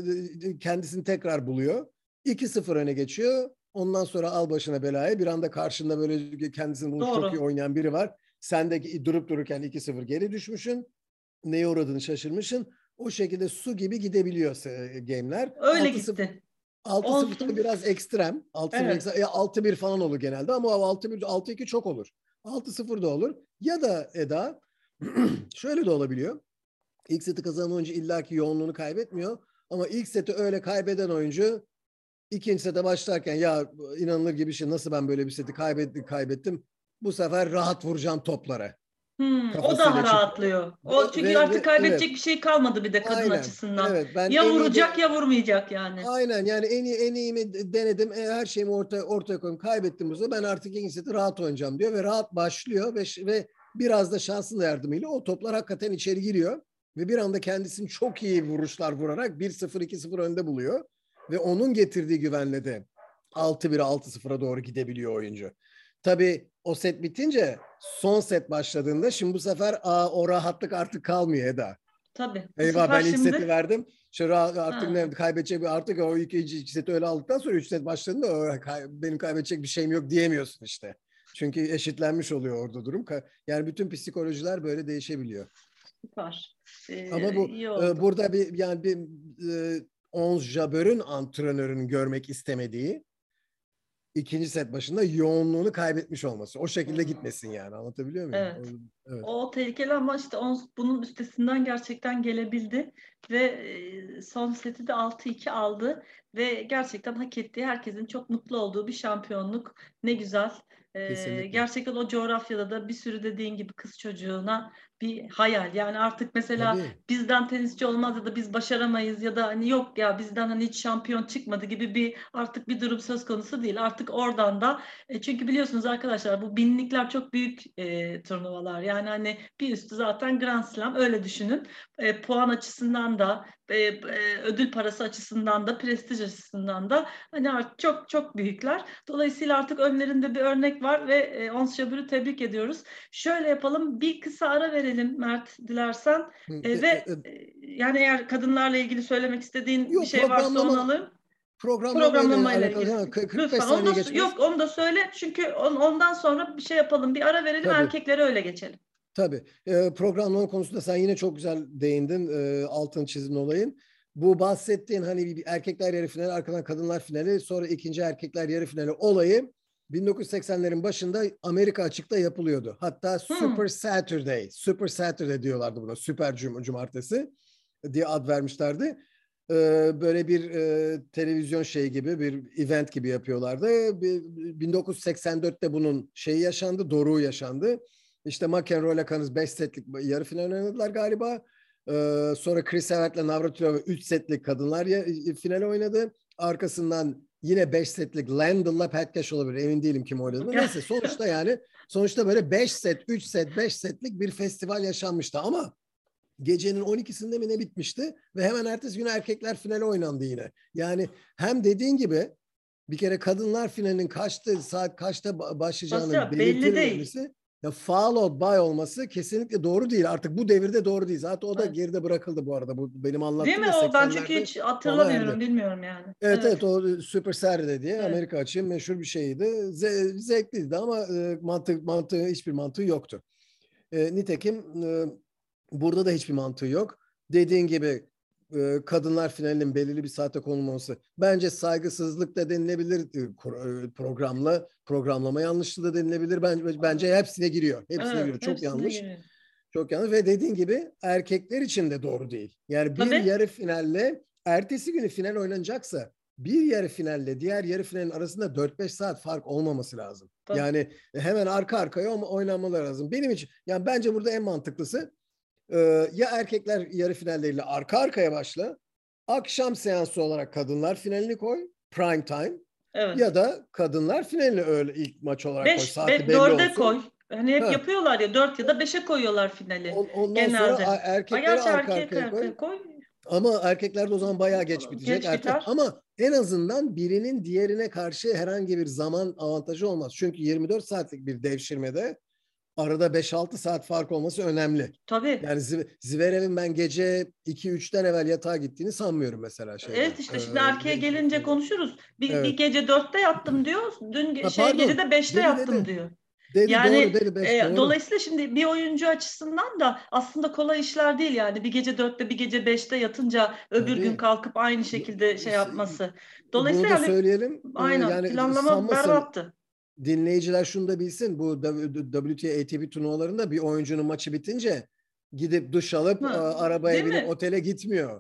e, kendisini tekrar buluyor. iki sıfır öne geçiyor. Ondan sonra al başına belayı. Bir anda karşında böyle kendisini bunu çok iyi Doğru. oynayan biri var. Sen de durup dururken iki sıfır geri düşmüşsün. Neye uğradığını şaşırmışsın. O şekilde su gibi gidebiliyor e, game'ler. Öyle altı sıfır gitti. altı sıfır tabii Olsun. biraz ekstrem. altı sıfır Evet. ekstrem. E, altı bir falan olur genelde ama altı bir altı iki çok olur. altı sıfır da olur. Ya da Eda şöyle de olabiliyor. İlk seti kazanan oyuncu illaki yoğunluğunu kaybetmiyor. Ama ilk seti öyle kaybeden oyuncu ikinci sete başlarken ya inanılır gibi şey nasıl ben böyle bir seti kaybettim, kaybettim. Bu sefer rahat vuracağım toplara Hmm, o daha kafasıyla çıkıyor. rahatlıyor. O Ve, çünkü ve, artık ve evet kaybedecek bir şey kalmadı bir de kadın aynen açısından. evet ben Ya en iyi vuracak de ya vurmayacak yani. aynen yani en iyi en iyimi denedim. E, her şeyimi ortaya ortaya koydum. Kaybettim bu sefer. Ben artık ikinci seti rahat oynayacağım diyor ve rahat başlıyor ve ve biraz da şansın da yardımıyla o toplar hakikaten içeri giriyor ve bir anda kendisini çok iyi vuruşlar vurarak bir sıfır iki sıfır önde buluyor ve onun getirdiği güvenle de altı bir altı sıfıra doğru gidebiliyor oyuncu. Tabii o set bitince son set başladığında şimdi bu sefer aa, o rahatlık artık kalmıyor Eda. Tabii. Bu Eyvah sefer ben ilk seti şimdi verdim. Şöyle artık ne ha, kaybedecek bir artık o iki, iki seti öyle aldıktan sonra üç set başladığında o, benim kaybedecek bir şeyim yok diyemiyorsun işte. Çünkü eşitlenmiş oluyor orada durum. Yani bütün psikolojiler böyle değişebiliyor. süper. Ama Ee, bu iyi e, oldu. burada bir yani bir e, Ons Jabeur antrenörün görmek istemediği ikinci set başında yoğunluğunu kaybetmiş olması. O şekilde Hmm, gitmesin yani. Anlatabiliyor muyum? evet. Evet. O tehlikeli ama işte on, bunun üstesinden gerçekten gelebildi ve e, son seti de altı iki aldı ve gerçekten hak ettiği, herkesin çok mutlu olduğu bir şampiyonluk. Ne güzel. E, Kesinlikle. gerçekten o coğrafyada da bir sürü dediğin gibi kız çocuğuna bir hayal. Yani artık mesela Tabii. bizden tenisçi olmaz ya da biz başaramayız ya da hani yok ya bizden hani hiç şampiyon çıkmadı gibi bir artık bir durum söz konusu değil. Artık oradan da e, çünkü biliyorsunuz arkadaşlar bu binlikler çok büyük e, turnuvalar. Yani hani bir üstü zaten Grand Slam öyle düşünün. E, puan açısından da e, e, ödül parası açısından da prestij açısından da hani artık çok çok büyükler. Dolayısıyla artık önlerinde bir örnek var ve e, Ons Jabeur'ü tebrik ediyoruz. Şöyle yapalım, bir kısa ara verelim Mert dilersen. E, E, ve e, e, yani eğer kadınlarla ilgili söylemek istediğin bir Yok şey varsa onu programlama alır. programlama ile Programlamayla alakalı ilgili. ha, kırk beş Lütfen onu saniye da geçmez. yok onu da söyle çünkü on, ondan sonra bir şey yapalım. Bir ara verelim Tabii, erkeklere öyle geçelim. tabii. Ee, programlama konusunda sen yine çok güzel değindin, e, altını çizdin olayın. Bu bahsettiğin hani bir, bir erkekler yarı finali, arkadan kadınlar finali, sonra ikinci erkekler yarı finali olayı bin dokuz yüz seksenlerin başında Amerika açıkta yapılıyordu. Hatta Super Hmm. Saturday, Super Saturday diyorlardı buna, Süper Cum Cumartesi diye ad vermişlerdi. Ee, böyle bir e, televizyon şeyi gibi bir event gibi yapıyorlardı. bin dokuz yüz seksen dörtte bunun şeyi yaşandı, doruğu yaşandı. İşte McEnroe'la Kanis beş setlik yarı final oynadılar galiba. Ee, sonra Chris Evert'le Navratilova üç setlik kadınlar final oynadı. Arkasından yine beş setlik Landell'la Pat Cash olabilir. Emin değilim kim oynadı. Neyse sonuçta yani sonuçta böyle beş set, üç set, beş setlik bir festival yaşanmıştı ama gecenin on ikisinde mi ne bitmişti ve hemen ertesi gün erkekler finali oynandı yine. Yani hem dediğin gibi bir kere kadınlar finalinin kaçta saat kaçta başlayacağının Basya belli değil. belirtilmemesi Ya followed by olması kesinlikle doğru değil. Artık bu devirde doğru değil. Zaten o da Evet. geride bırakıldı bu arada. Bu benim Değil anlattığım mi da o? Ben çünkü seksenlerde hiç sona erdi. hatırlamıyorum, bilmiyorum yani. Evet Evet. evet, o Super Saturday diye Evet. Amerika açığı meşhur bir şeydi. Ze- zevkliydi ama e, mantık mantığı hiçbir mantığı yoktu. E, nitekim e, burada da hiçbir mantığı yok. Dediğin gibi e, kadınlar finalinin belirli bir saate konulması bence saygısızlık da denilebilir, e, kur- e, programla programlama yanlışlığı da denilebilir. Bence bence hepsine giriyor. Hepsine Evet. giriyor. Çok Hepsine yanlış. giriyor. Çok yanlış ve dediğin gibi erkekler için de doğru değil. Yani bir Tabii. yarı finalle ertesi günü final oynanacaksa bir yarı finalle diğer yarı finalin arasında dört beş saat fark olmaması lazım. Tabii. Yani hemen arka arkaya oynanmaları lazım. Benim için yani bence burada en mantıklısı e, ya erkekler yarı finalleriyle arka arkaya başla. Akşam seansı olarak kadınlar finalini koy. Prime time. Evet. Ya da kadınlar finalini öyle ilk maç olarak koy. Beş, Saati be, belli dörde olsun. koy. Hani hep Ha. yapıyorlar ya, dört ya da beşe koyuyorlar finali Ondan sonra genelde. Ay erkekleri gerçi arka erkek arkaya koy. arkaya koy. Ama erkekler de o zaman bayağı geç bitecek. Geç Erken. biter. Ama en azından birinin diğerine karşı herhangi bir zaman avantajı olmaz. Çünkü yirmi dört saatlik bir devşirmede arada beş altı saat fark olması önemli. Tabii. Yani Zverev'in ben gece iki üçten evvel yatağa gittiğini sanmıyorum mesela Evet şeyde. işte şimdi erkeğe Ee, gelince konuşuruz. Bir, bir evet. gece dörtte yattım diyor. Dün ge- Ha, şey gece pardon. de beşte Dedi yattım dedi. diyor. Dedi doğru Yani dedi beş e, doğru. dolayısıyla şimdi bir oyuncu açısından da aslında kolay işler değil yani. Bir gece dörtte bir gece beşte yatınca öbür gün Tabii. kalkıp aynı şekilde şey yapması. Bunu Dolayısıyla da yani söyleyelim. Ee, aynen yani planlama sanmasın berbattı. dinleyiciler şunu da bilsin. Bu W T A, A T P turnuvalarında bir oyuncunun maçı bitince gidip duş alıp Ha, arabaya değil binip mi? otele gitmiyor.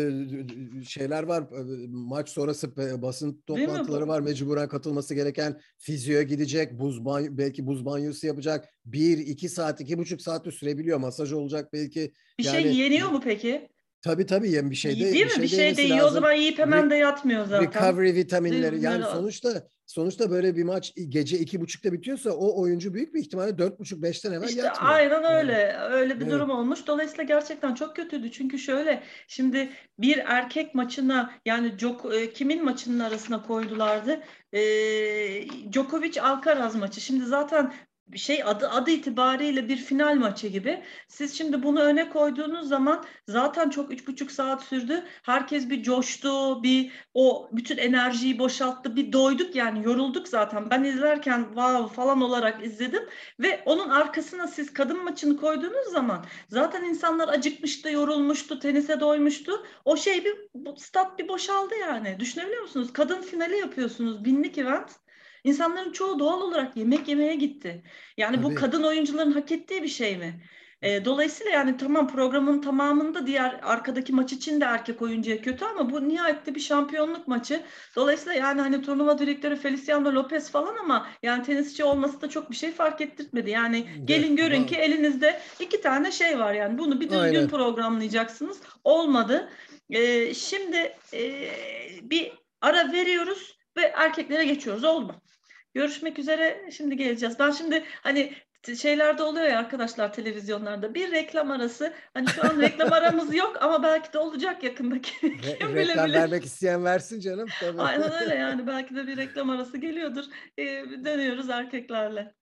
Şeyler var. Maç sonrası basın Değil mi toplantıları bu? var. Mecburen katılması gereken fizyoya gidecek. Buz banyo, belki buz banyosu yapacak. Bir, iki saat, iki buçuk saat de sürebiliyor. Masaj olacak belki. Bir şey Yani yeniyor mu peki? tabii tabii yani bir şey İyi de değil bir mi? Bir şey de şey de yemesi yiyor. O lazım. zaman yiyip hemen de yatmıyor zaten. Recovery Değil vitaminleri yani mi? sonuçta sonuçta böyle bir maç gece iki buçukta bitiyorsa o oyuncu büyük bir ihtimalle dört buçuk beşten evvel İşte yatmıyor. aynen Yani öyle. Öyle bir evet. durum olmuş. Dolayısıyla gerçekten çok kötüydü. Çünkü şöyle şimdi bir erkek maçına yani Djok, e, kimin maçının arasına koydulardı? E, Djokovic Alcaraz maçı. Şimdi zaten şey adı adı itibariyle bir final maçı gibi. Siz şimdi bunu öne koyduğunuz zaman zaten çok üç buçuk saat sürdü. Herkes bir coştu, bir o bütün enerjiyi boşalttı, bir doyduk yani yorulduk zaten. Ben izlerken wow falan olarak izledim. Ve onun arkasına siz kadın maçını koyduğunuz zaman zaten insanlar acıkmıştı, yorulmuştu, tenise doymuştu. O şey bir bu stat bir boşaldı yani. Düşünebiliyor musunuz? Kadın finali yapıyorsunuz. Binlik event. İnsanların çoğu doğal olarak yemek yemeye gitti. Yani bu Tabii. kadın oyuncuların hak ettiği bir şey mi? E, dolayısıyla yani tamam programın tamamında diğer arkadaki maç için de erkek oyuncuya kötü ama bu nihayetinde bir şampiyonluk maçı. Dolayısıyla yani hani turnuva direktörü Feliciano Lopez falan ama yani tenisçi olması da çok bir şey fark ettirtmedi. Yani De, gelin görün ki va- elinizde iki tane şey var yani bunu bir düzgün aynen. programlayacaksınız. Olmadı. Ee, şimdi e, bir ara veriyoruz ve erkeklere geçiyoruz. Oldu mu? Görüşmek üzere. Şimdi geleceğiz. Ben şimdi hani şeylerde oluyor ya arkadaşlar televizyonlarda bir reklam arası. Hani şu an reklam aramız yok ama belki de olacak yakında. Re- Kim reklam bilebilir? vermek isteyen versin canım tabii. Aynen öyle yani belki de bir reklam arası geliyordur. Ee, dönüyoruz erkeklerle.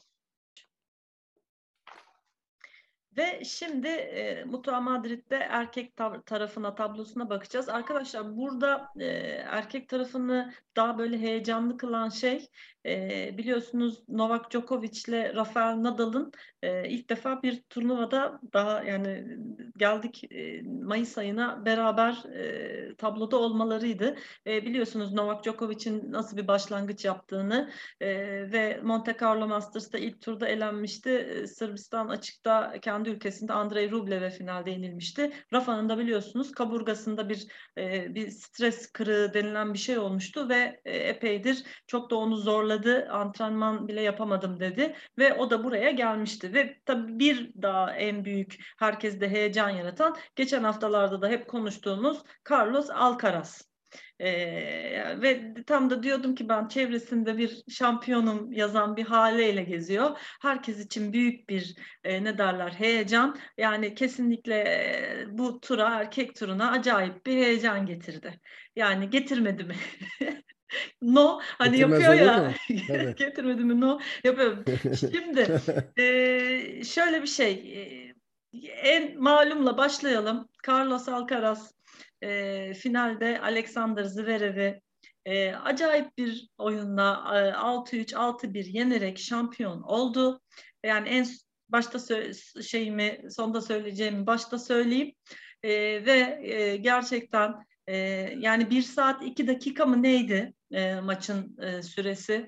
Ve şimdi e, Mutua Madrid'de erkek tab- tarafına tablosuna bakacağız. Arkadaşlar burada e, erkek tarafını daha böyle heyecanlı kılan şey e, biliyorsunuz Novak Djokovic ile Rafael Nadal'ın e, ilk defa bir turnuvada daha yani geldik e, Mayıs ayına beraber e, tabloda olmalarıydı. E, biliyorsunuz Novak Djokovic'in nasıl bir başlangıç yaptığını e, ve Monte Carlo Masters'ta ilk turda elenmişti. E, Sırbistan açıkta kendi ülkesinde Andrei Rublev'e finalde yenilmişti. Rafa'nın da biliyorsunuz kaburgasında bir e, bir stres kırığı denilen bir şey olmuştu ve e, epeydir çok da onu zorladı. Antrenman bile yapamadım dedi ve o da buraya gelmişti ve tabii bir daha en büyük herkeste heyecan yaratan geçen haftalarda da hep konuştuğumuz Carlos Alcaraz. Ee, ve tam da diyordum ki ben çevresinde bir şampiyonum yazan bir haleyle geziyor. Herkes için büyük bir e, ne derler heyecan. Yani kesinlikle e, bu tura erkek turuna acayip bir heyecan getirdi. Yani getirmedi mi? No, hani Getirmez yapıyor olur ya, mu? Tabii. getirmedi mi no, yapıyorum. Şimdi e, şöyle bir şey, e, en malumla başlayalım. Carlos Alcaraz e, finalde Alexander Zverev'i e, acayip bir oyunla e, altı üç altı bir yenerek şampiyon oldu. Yani en başta sö- şeyimi sonda söyleyeceğimi başta söyleyeyim. E, ve e, gerçekten e, yani bir saat iki dakika mı neydi e, maçın e, süresi?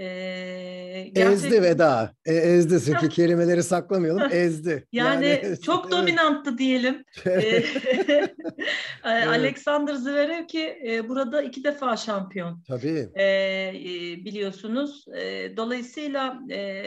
E, Ezdi gerçekten Veda. E, ezdi. Çünkü kelimeleri saklamayalım. Ezdi. Yani yani çok evet. dominanttı diyelim. E, Evet. Alexander Zverev ki e, burada iki defa şampiyon. Tabii. E, e, biliyorsunuz. E, dolayısıyla e,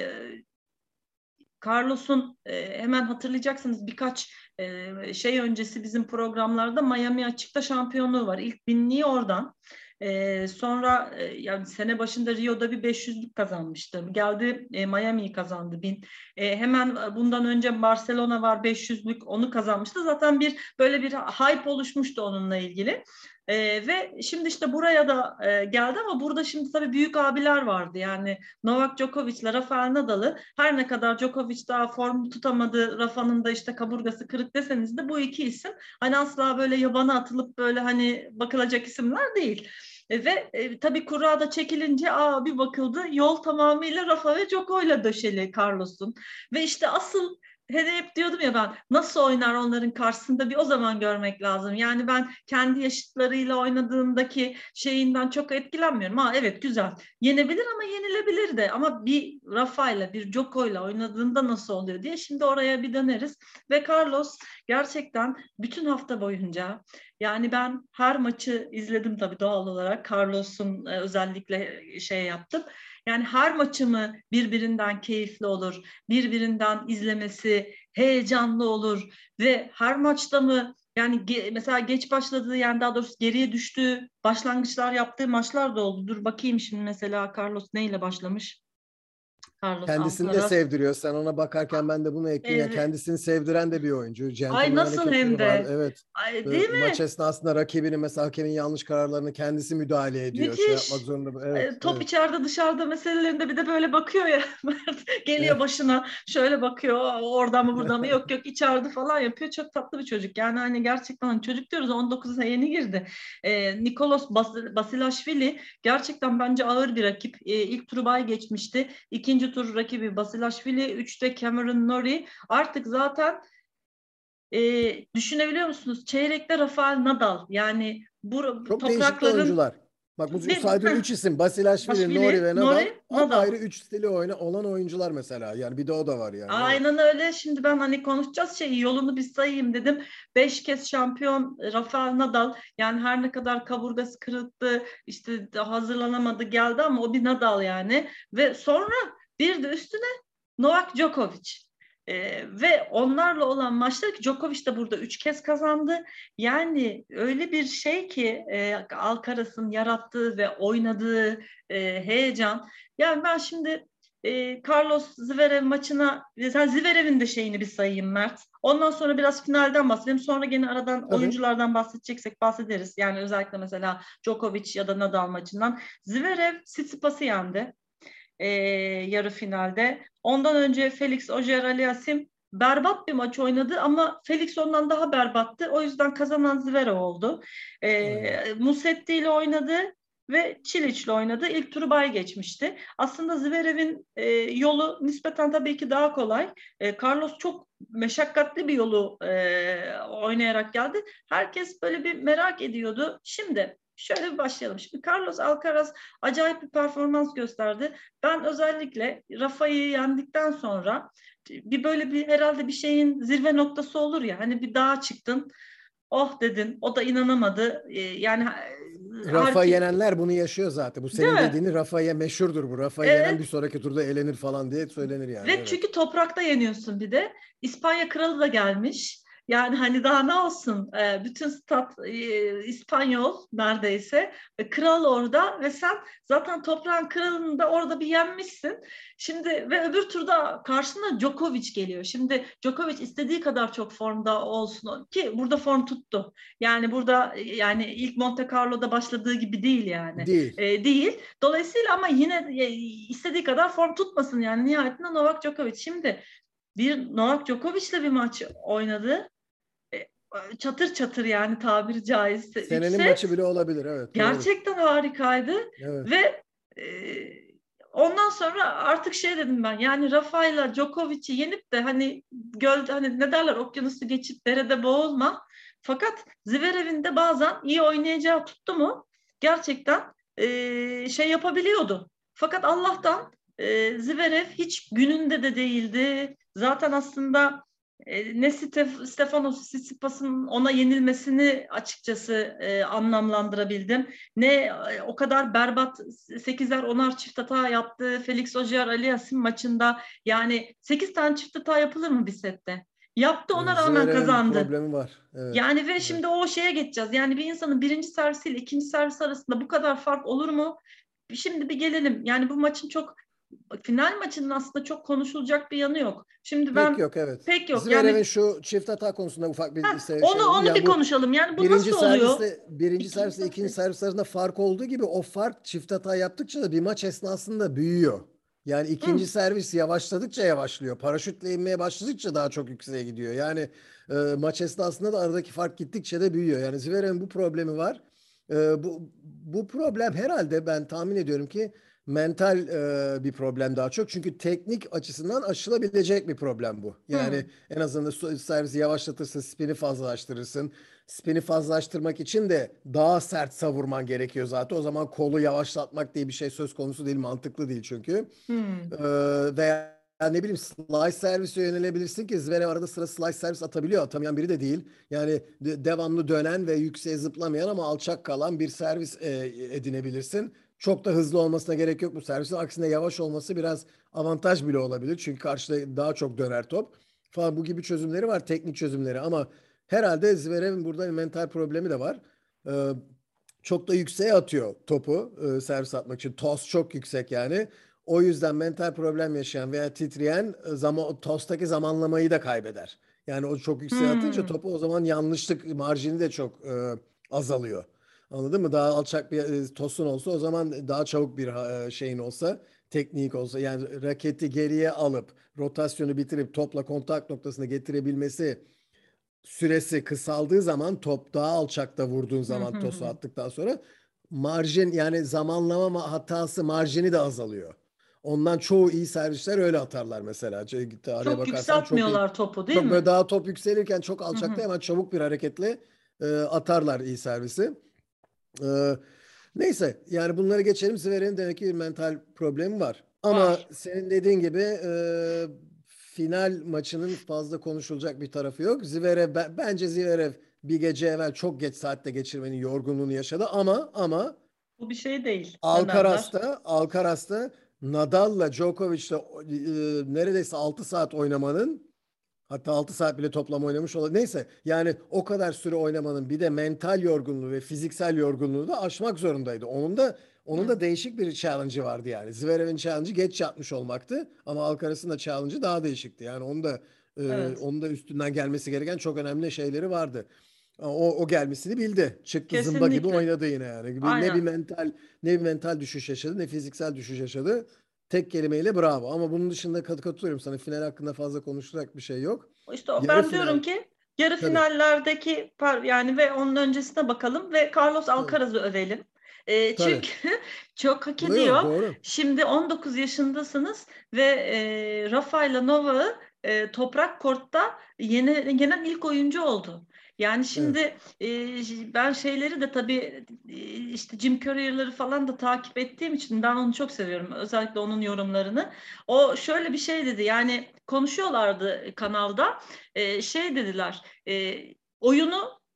Carlos'un e, hemen hatırlayacaksınız birkaç e, şey öncesi bizim programlarda Miami Açık'ta şampiyonluğu var. İlk binliği oradan. E, sonra e, yani sene başında Rio'da bir beş yüzlük kazanmıştı. Geldi e, Miami'yi kazandı bin. E, hemen bundan önce Barcelona var beş yüzlük onu kazanmıştı. Zaten bir böyle bir hype oluşmuştu onunla ilgili. E, ve şimdi işte buraya da e, geldi ama burada şimdi tabii büyük abiler vardı. Yani Novak Djokovic'le Rafael Nadal'ı her ne kadar Djokovic daha form tutamadı, Rafa'nın da işte kaburgası kırık deseniz de bu iki isim hani asla böyle yabana atılıp böyle hani bakılacak isimler değil. E, ve e, tabii kura da çekilince aa bir bakıldı yol tamamıyla Rafa ve Djoko'yla döşeli Carlos'un. Ve işte asıl hani hep diyordum ya ben nasıl oynar onların karşısında bir o zaman görmek lazım. Yani ben kendi yaşıtlarıyla oynadığındaki şeyinden çok etkilenmiyorum. Ha evet güzel. Yenebilir ama yenilebilir de. Ama bir Rafa'yla, bir Djoko'yla oynadığında nasıl oluyor diye şimdi oraya bir döneriz. Ve Carlos gerçekten bütün hafta boyunca yani ben her maçı izledim tabii doğal olarak. Carlos'un e, özellikle şey yaptım. Yani her maçımı birbirinden keyifli olur, birbirinden izlemesi heyecanlı olur ve her maçta mı yani ge- mesela geç başladığı yani daha doğrusu geriye düştüğü başlangıçlar yaptığı maçlar da oldu. Dur bakayım şimdi mesela Carlos neyle başlamış? Carlos Kendisini de Alcaraz. sevdiriyor. Sen ona bakarken ben de bunu ekleyeyim. Yani Evet. kendisini sevdiren de bir oyuncu. Ay Gentleman nasıl hareketleri hem var. de. Evet. Ay, Böyle değil maç mi? esnasında rakibinin mesela hakemin yanlış kararlarını kendisi müdahale ediyor. Şey yapmak Müthiş. zorunda. Evet. E, Top Evet. içeride dışarıda meselelerinde bir de böyle bakıyor ya. Geliyor Evet. başına şöyle bakıyor oradan mı buradan mı yok yok içeride falan yapıyor. Çok tatlı bir çocuk. Yani hani gerçekten hani çocuk diyoruz on dokuza yeni girdi. E, Nikoloz Bas- Basilashvili gerçekten bence ağır bir rakip. E, ilk turu bay geçmişti. İkinci tur rakibi Basilashvili. Üçte Cameron Norrie. Artık zaten e, düşünebiliyor musunuz? Çeyrekte Rafael Nadal. Yani bu Çok değişik de toprakların oyuncular. Bak bu değil mi? saydığın üç isim Basilashvili, Nori Başvili, ve Nadal Nori, Nadal. apayrı üç stili oyna olan oyuncular mesela. Yani bir de o da var yani. Evet. Aynen öyle. Şimdi ben hani konuşacağız şeyi yolunu bir sayayım dedim. Beş kez şampiyon Rafael Nadal. Yani her ne kadar kaburgası kırıktı, işte hazırlanamadı geldi ama o bir Nadal yani. Ve sonra bir de üstüne Novak Djokovic. Ee, ve onlarla olan maçlar ki Djokovic de burada üç kez kazandı. Yani öyle bir şey ki e, Alcaraz'ın yarattığı ve oynadığı e, heyecan. Yani ben şimdi e, Carlos Zverev maçına, sen Zverev'in de şeyini bir sayayım Mert. Ondan sonra biraz finalden bahsedelim. Sonra gene aradan Tabii. oyunculardan bahsedeceksek bahsederiz. Yani özellikle mesela Djokovic ya da Nadal maçından. Zverev Tsitsipas'ı yendi e, yarı finalde. Ondan önce Felix Auger-Aliassime berbat bir maç oynadı ama Felix ondan daha berbattı. O yüzden kazanan Zverev oldu. Aynen. E, Musetti ile oynadı ve Çiliç'le oynadı. İlk turu bay geçmişti. Aslında Zverev'in e, yolu nispeten tabii ki daha kolay. E, Carlos çok meşakkatli bir yolu e, oynayarak geldi. Herkes böyle bir merak ediyordu. Şimdi şöyle bir başlayalım. Şimdi Carlos Alcaraz acayip bir performans gösterdi. Ben özellikle Rafa'yı yendikten sonra bir böyle bir herhalde bir şeyin zirve noktası olur ya. Hani bir dağa çıktın. Oh dedin. O da inanamadı. Ee, yani Rafa herki yenenler bunu yaşıyor zaten. Bu değil senin mi? dediğini Rafa'ya meşhurdur bu. Rafa'yı yenen bir Evet. sonraki turda elenir falan diye söylenir yani. Ve Evet. çünkü toprakta yeniyorsun bir de. İspanya kralı da gelmiş. Yani hani daha ne olsun? Ee, bütün stat e, İspanyol neredeyse. E, kral orada ve sen zaten toprağın kralını da orada bir yenmişsin. Şimdi ve öbür turda karşına Djokovic geliyor. Şimdi Djokovic istediği kadar çok formda olsun ki burada form tuttu. Yani burada e, yani ilk Monte Carlo'da başladığı gibi değil yani. Değil. E, değil. Dolayısıyla ama yine e, istediği kadar form tutmasın yani nihayetinde Novak Djokovic. Şimdi bir Novak Djokovic'le bir maç oynadı. E, Çatır çatır yani tabiri caizse. Üç Senenin maçı set bile olabilir. Evet, doğru. gerçekten harikaydı Evet. ve e, ondan sonra artık şey dedim ben yani Rafa'yla Djokovic'i yenip de hani göl hani ne derler okyanusu geçip derede boğulma. Fakat Zverev'in de bazen iyi oynayacağı tuttu mu gerçekten e, şey yapabiliyordu. Fakat Allah'tan e, Zverev hiç gününde de değildi. Zaten aslında e, ne Stef Stefanos Tsitsipas'ın ona yenilmesini açıkçası e, anlamlandırabildim. Ne e, o kadar berbat sekizer onar çift hata yaptı Felix Auger-Aliassime maçında. Yani sekiz tane çift hata yapılır mı bir sette? Yaptı ona Evet, rağmen Zverev'in bu kazandı. problemi var. Evet. Yani ve Evet. şimdi o şeye geçeceğiz. Yani bir insanın birinci servisiyle ikinci servis arasında bu kadar fark olur mu? Şimdi bir gelelim. Yani bu maçın çok final maçının aslında çok konuşulacak bir yanı yok. Şimdi Pek ben yok, evet. pek yok. Zverev'in Yani şu çift hata konusunda ufak bir heh, se- onu şey oldu. onu Yani bir bu konuşalım. Yani bu birinci nasıl oluyor? servisle birinci İkinci servisle ikinci servis. servis arasında fark olduğu gibi o fark çift hata yaptıkça da bir maç esnasında büyüyor. Yani ikinci Hı, servis yavaşladıkça yavaşlıyor. Paraşütle inmeye başladıkça daha çok yükseğe gidiyor. Yani e, maç esnasında da aradaki fark gittikçe de büyüyor. Yani Zverev'in bu problemi var. E, bu bu problem herhalde ben tahmin ediyorum ki mental e, bir problem daha çok. Çünkü teknik açısından aşılabilecek bir problem bu. hı, Yani en azından su- servisi yavaşlatırsın, spini fazlalaştırırsın. Spini fazlalaştırmak için de daha sert savurman gerekiyor zaten. O zaman kolu yavaşlatmak diye bir şey söz konusu değil, mantıklı değil çünkü. hı. Ee, veya ne bileyim slice servise yönelebilirsin ki Zverev arada sıra slice servis atabiliyor. Atamayan biri de değil. Yani de- devamlı dönen ve yükseğe zıplamayan ama alçak kalan bir servis e, edinebilirsin. Çok da hızlı olmasına gerek yok bu servisin. Aksine yavaş olması biraz avantaj bile olabilir. Çünkü karşıda daha çok döner top falan, bu gibi çözümleri var, teknik çözümleri, ama herhalde Zverev'in burada bir mental problemi de var. Ee, çok da yükseğe atıyor topu e, servis atmak için. Toss çok yüksek yani. O yüzden mental problem yaşayan veya titreyen e, zaman, toss'taki zamanlamayı da kaybeder. Yani o çok yükseğe atınca Hmm. topu, o zaman yanlışlık marjini de çok e, azalıyor. Anladın mı? Daha alçak bir e, tosun olsa, o zaman daha çabuk bir e, şeyin olsa, teknik olsa, yani raketi geriye alıp rotasyonu bitirip topla kontak noktasına getirebilmesi süresi kısaldığı zaman, top daha alçakta vurduğun Hı zaman hı tosu hı. attıktan sonra marjin, yani zamanlama hatası marjini de azalıyor. Ondan çoğu iyi servisler öyle atarlar mesela. Ç- Gitti araya Çok bakarsan çok iyi. yükseltmiyorlar topu değil Çok böyle mi? daha top yükselirken çok Hı alçakta hı. hemen çabuk bir hareketle e, atarlar iyi servisi. E, neyse, yani bunları geçelim. Zverev'in demek ki bir mental problemi var. Ama Var. senin dediğin gibi e, final maçının fazla konuşulacak bir tarafı yok. Zverev, ben- bence Zverev bir gece evvel çok geç saatte geçirmenin yorgunluğunu yaşadı, ama ama Bu bir şey değil. Ne derler? Alcaraz'ta Alcaraz'ta Nadal'la Djokovic'le e, neredeyse altı saat oynamanın, hatta altı saat bile toplam oynamış olabilir. Neyse, yani o kadar süre oynamanın bir de mental yorgunluğu ve fiziksel yorgunluğu da aşmak zorundaydı. Onun da onun Hı. da değişik bir challenge'ı vardı yani. Zverev'in challenge'ı geç yatmış olmaktı, ama Alcaraz'ın da challenge'ı daha değişikti. Yani onun da e, Evet. onun da üstünden gelmesi gereken çok önemli şeyleri vardı. O, o gelmesini bildi. Çıktı zımba gibi Kesinlikle. oynadı yine yani. Bir- Ne bir Aynen. mental ne bir mental düşüş yaşadı, ne fiziksel düşüş yaşadı. Tek kelimeyle bravo. Ama bunun dışında kat katılıyorum sana. Final hakkında fazla konuşacak bir şey yok. İşte o- Yarı ben diyorum final. ki yarı Tabii. finallerdeki par yani ve onun öncesine bakalım ve Carlos Tabii. Alcaraz'ı övelim. E, Tabii. çünkü çok hak Yo, yo, ediyor. doğru. Şimdi on dokuz yaşındasınız ve e, Rafael Novak'ı e, toprak kortta yeni, yenen ilk oyuncu oldu. Yani Evet. şimdi e, ben şeyleri de tabii e, işte Jim Courier'ları falan da takip ettiğim için ben onu çok seviyorum. Özellikle onun yorumlarını. O şöyle bir şey dedi yani konuşuyorlardı kanalda. Ee, şey dediler e, oyunu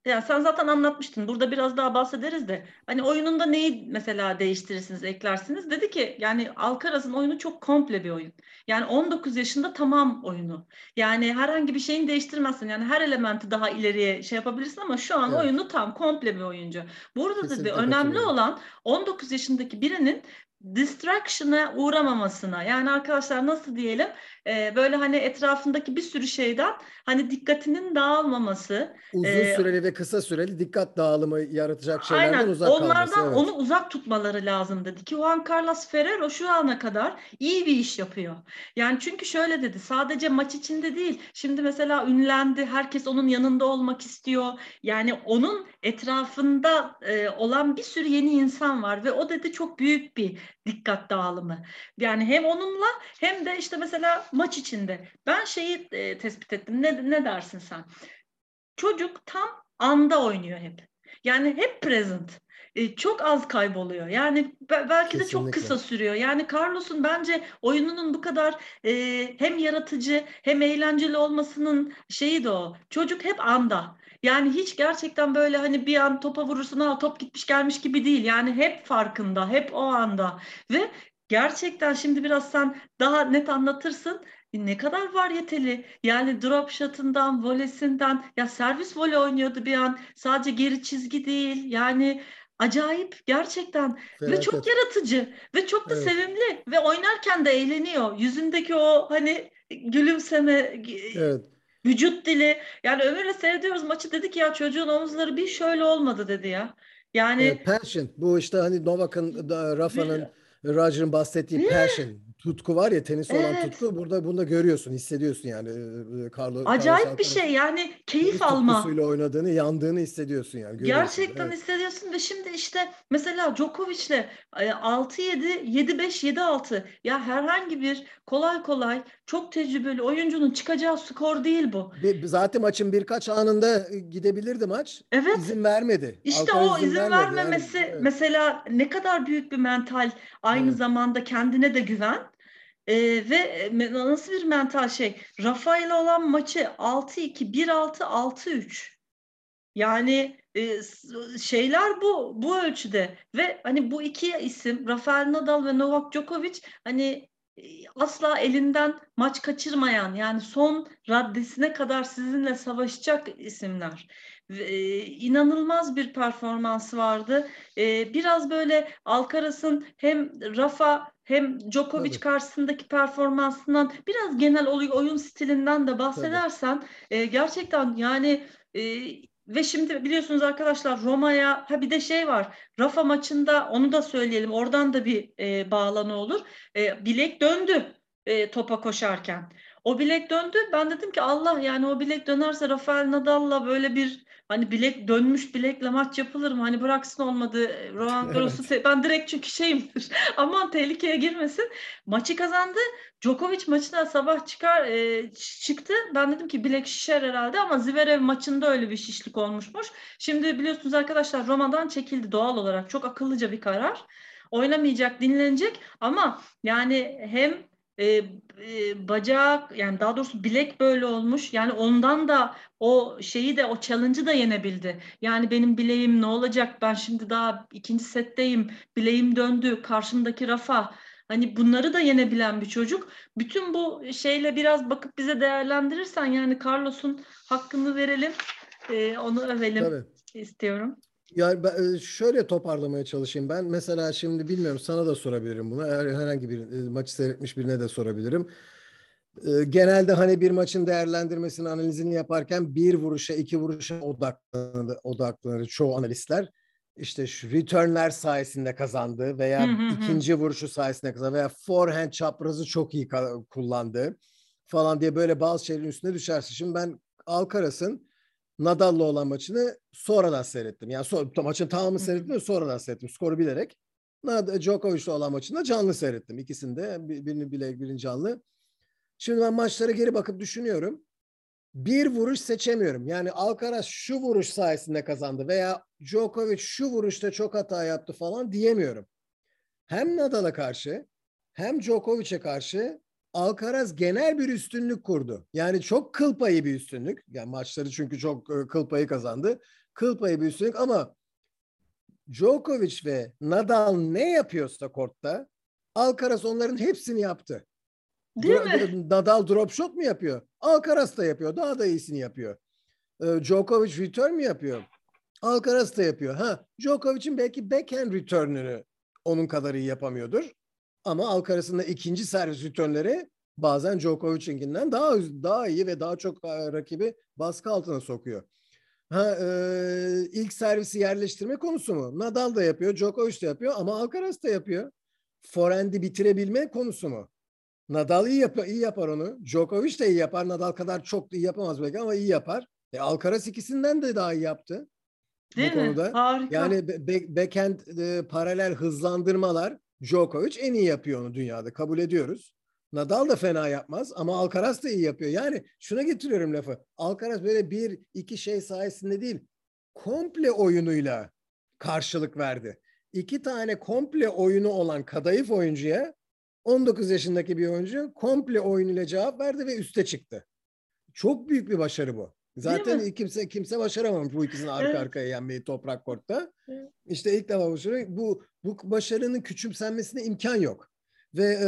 Ya sen zaten anlatmıştın. Burada biraz daha bahsederiz de. Hani oyununda neyi mesela değiştirirsiniz, eklersiniz? Dedi ki yani Alcaraz'ın oyunu çok komple bir oyun. Yani on dokuz yaşında tamam oyunu. Yani herhangi bir şeyini değiştirmezsin. Yani her elementi daha ileriye şey yapabilirsin ama şu an Evet, oyunu tam komple bir oyuncu. Burada dedi kesinlikle önemli katılıyorum. olan on dokuz yaşındaki birinin distraction'a uğramamasına. Yani arkadaşlar nasıl diyelim? Ee, böyle hani etrafındaki bir sürü şeyden hani dikkatinin dağılmaması. Uzun Ee, süreli ve kısa süreli dikkat dağılımı yaratacak şeylerden Aynen. uzak kalması. Onlardan Evet. onu uzak tutmaları lazım dedi ki Juan Carlos Ferrero şu ana kadar iyi bir iş yapıyor. Yani çünkü şöyle dedi sadece maç içinde değil. Şimdi mesela ünlendi. Herkes onun yanında olmak istiyor. Yani onun etrafında e, olan bir sürü yeni insan var ve o dedi çok büyük bir dikkat dağılımı. Yani hem onunla hem de işte mesela maç içinde. Ben şeyi e, tespit ettim. Ne, ne dersin sen? Çocuk tam anda oynuyor hep. Yani hep present. E, çok az kayboluyor. Yani be- belki de çok Kesinlikle. kısa sürüyor. Yani Carlos'un bence oyununun bu kadar e, hem yaratıcı hem eğlenceli olmasının şeyi de o. Çocuk hep anda. Yani hiç gerçekten böyle hani bir an topa vurursun ha top gitmiş gelmiş gibi değil. Yani hep farkında, hep o anda. Ve gerçekten şimdi biraz sen daha net anlatırsın. E, Ne kadar varyeteli. Yani drop shot'ından, volesinden ya servis voley oynuyordu bir an. Sadece geri çizgi değil. Yani acayip gerçekten ve çok Felaket. yaratıcı ve çok da Evet. sevimli ve oynarken de eğleniyor. Yüzündeki o hani gülümseme, Evet. vücut dili. Yani Ömür'le seyrediyoruz maçı dedi ki ya çocuğun omuzları bir şöyle olmadı dedi ya. Yani Evet, passion. Bu işte hani Novak'ın, da- bir, Rafa'nın, Roger'ın bahsettiği bir- passion. Tutku var ya, tenise olan evet tutku. Burada bunu da görüyorsun, hissediyorsun yani. Ee, Carlos, Carlos acayip bir şey Alcaraz'ın yani keyif tenis alma. tutkusuyla oynadığını, yandığını hissediyorsun yani. Görüyorsun. Gerçekten Evet. hissediyorsun ve şimdi işte mesela Djokovic'le e, altı yedi, yedi beş, yedi altı ya herhangi bir kolay kolay çok tecrübeli oyuncunun çıkacağı skor değil bu. Bir, zaten maçın birkaç anında gidebilirdi maç. Evet, İzin vermedi. işte Alcaraz o izin izin vermedi. Yani vermemesi evet. mesela ne kadar büyük bir mental aynı Evet. zamanda kendine de güven. E, ve e, nasıl bir mental şey Rafa ile olan maçı altı iki, bir altı, altı üç. Yani e, şeyler bu bu ölçüde ve hani bu iki isim Rafael Nadal ve Novak Djokovic hani e, asla elinden maç kaçırmayan yani son raddesine kadar sizinle savaşacak isimler. Ve, e, inanılmaz bir performansı vardı. E, biraz böyle Alcaraz'ın hem Rafa hem Djokovic Tabii. karşısındaki performansından biraz genel oyun stilinden de Tabii. bahsedersen e, gerçekten yani e, ve şimdi biliyorsunuz arkadaşlar Roma'ya ha bir de şey var. Rafa maçında onu da söyleyelim. Oradan da bir e, bağlantı olur. E, bilek döndü e, topa koşarken. O bilek döndü. Ben dedim ki Allah yani o bilek dönerse Rafael Nadal'la böyle bir hani bilek dönmüş bilekle maç yapılır mı? Hani bıraksın olmadı. Roland Garros'u Evet. te- ben direkt çünkü şeyimdir. Aman tehlikeye girmesin. Maçı kazandı. Djokovic maçına sabah çıkar e, çıktı. Ben dedim ki bilek şişer herhalde ama Zverev maçında öyle bir şişlik olmuşmuş. Şimdi biliyorsunuz arkadaşlar Roma'dan çekildi doğal olarak. Çok akıllıca bir karar. Oynamayacak, dinlenecek ama yani hem e, e, bacak yani daha doğrusu bilek böyle olmuş. Yani ondan da o şeyi de o challenge'ı da yenebildi. Yani benim bileğim ne olacak? Ben şimdi daha ikinci setteyim. Bileğim döndü. Karşımdaki Rafa. Hani bunları da yenebilen bir çocuk. Bütün bu şeyle biraz bakıp bize değerlendirirsen yani Carlos'un hakkını verelim, e, onu övelim Tabii. istiyorum. Yani ben, e, şöyle toparlamaya çalışayım ben. Mesela şimdi bilmiyorum, sana da sorabilirim bunu. Eğer herhangi bir e, maçı seyretmiş birine de sorabilirim. E, Genelde hani bir maçın değerlendirmesini, analizini yaparken bir vuruşa, iki vuruşa odaklanır, odaklanır çoğu analistler. İşte şu returnler sayesinde kazandı Hı veya hı hı. ikinci vuruşu sayesinde kazandı veya forehand çaprazı çok iyi kullandı falan diye böyle bazı şeylerin üstüne düşersin. Şimdi ben Alcaraz'ın Nadal'la olan maçını sonradan seyrettim. Yani so maçın tamamını Hı hı. seyrettim de sonradan seyrettim. Skoru bilerek. Nadal, Djokovic'le olan maçını canlı seyrettim. İkisini de, birini bile, birini canlı. Şimdi ben maçlara geri bakıp düşünüyorum. Bir vuruş seçemiyorum. Yani Alcaraz şu vuruş sayesinde kazandı veya Djokovic şu vuruşta çok hata yaptı falan diyemiyorum. Hem Nadal'a karşı hem Djokovic'e karşı Alcaraz genel bir üstünlük kurdu. Yani çok kıl payı bir üstünlük. Yani maçları çünkü çok e, kıl payı kazandı. Kıl payı bir üstünlük ama Djokovic ve Nadal ne yapıyorsa kortta Alcaraz onların hepsini yaptı. Değil mi? Nadal drop shot mu yapıyor? Alcaraz da yapıyor. Daha da iyisini yapıyor. Djokovic return mi yapıyor? Alcaraz da yapıyor. Ha, Djokovic'in belki backhand return'ünü onun kadar iyi yapamıyordur. Ama Alcaraz'ın da ikinci servis return'leri bazen Djokovic'inkinden daha daha iyi ve daha çok rakibi baskı altına sokuyor. Ha, e, ilk servisi yerleştirme konusu mu? Nadal da yapıyor, Djokovic de yapıyor ama Alcaraz da yapıyor. Forehand'i bitirebilme konusu mu? Nadal iyi, yap iyi yapar onu. Djokovic de iyi yapar. Nadal kadar çok da iyi yapamaz belki ama iyi yapar. E, Alcaraz ikisinden de daha iyi yaptı bu Değil mi? konuda. Harika. Yani be backhand e, paralel hızlandırmalar Djokovic en iyi yapıyor onu dünyada. Kabul ediyoruz. Nadal da fena yapmaz ama Alcaraz da iyi yapıyor. Yani şuna getiriyorum lafı. Alcaraz böyle bir iki şey sayesinde değil, komple oyunuyla karşılık verdi. İki tane komple oyunu olan kadayıf oyuncuya on dokuz yaşındaki bir oyuncu komple oyunuyla cevap verdi ve üste çıktı. Çok büyük bir başarı bu. Değil Zaten mi? kimse kimse başaramamış bu ikisini arka Evet. arkaya yenmeyi toprak kortta. Evet. İşte ilk defa başarı. Bu bu başarının küçümsenmesine imkan yok. Ve e,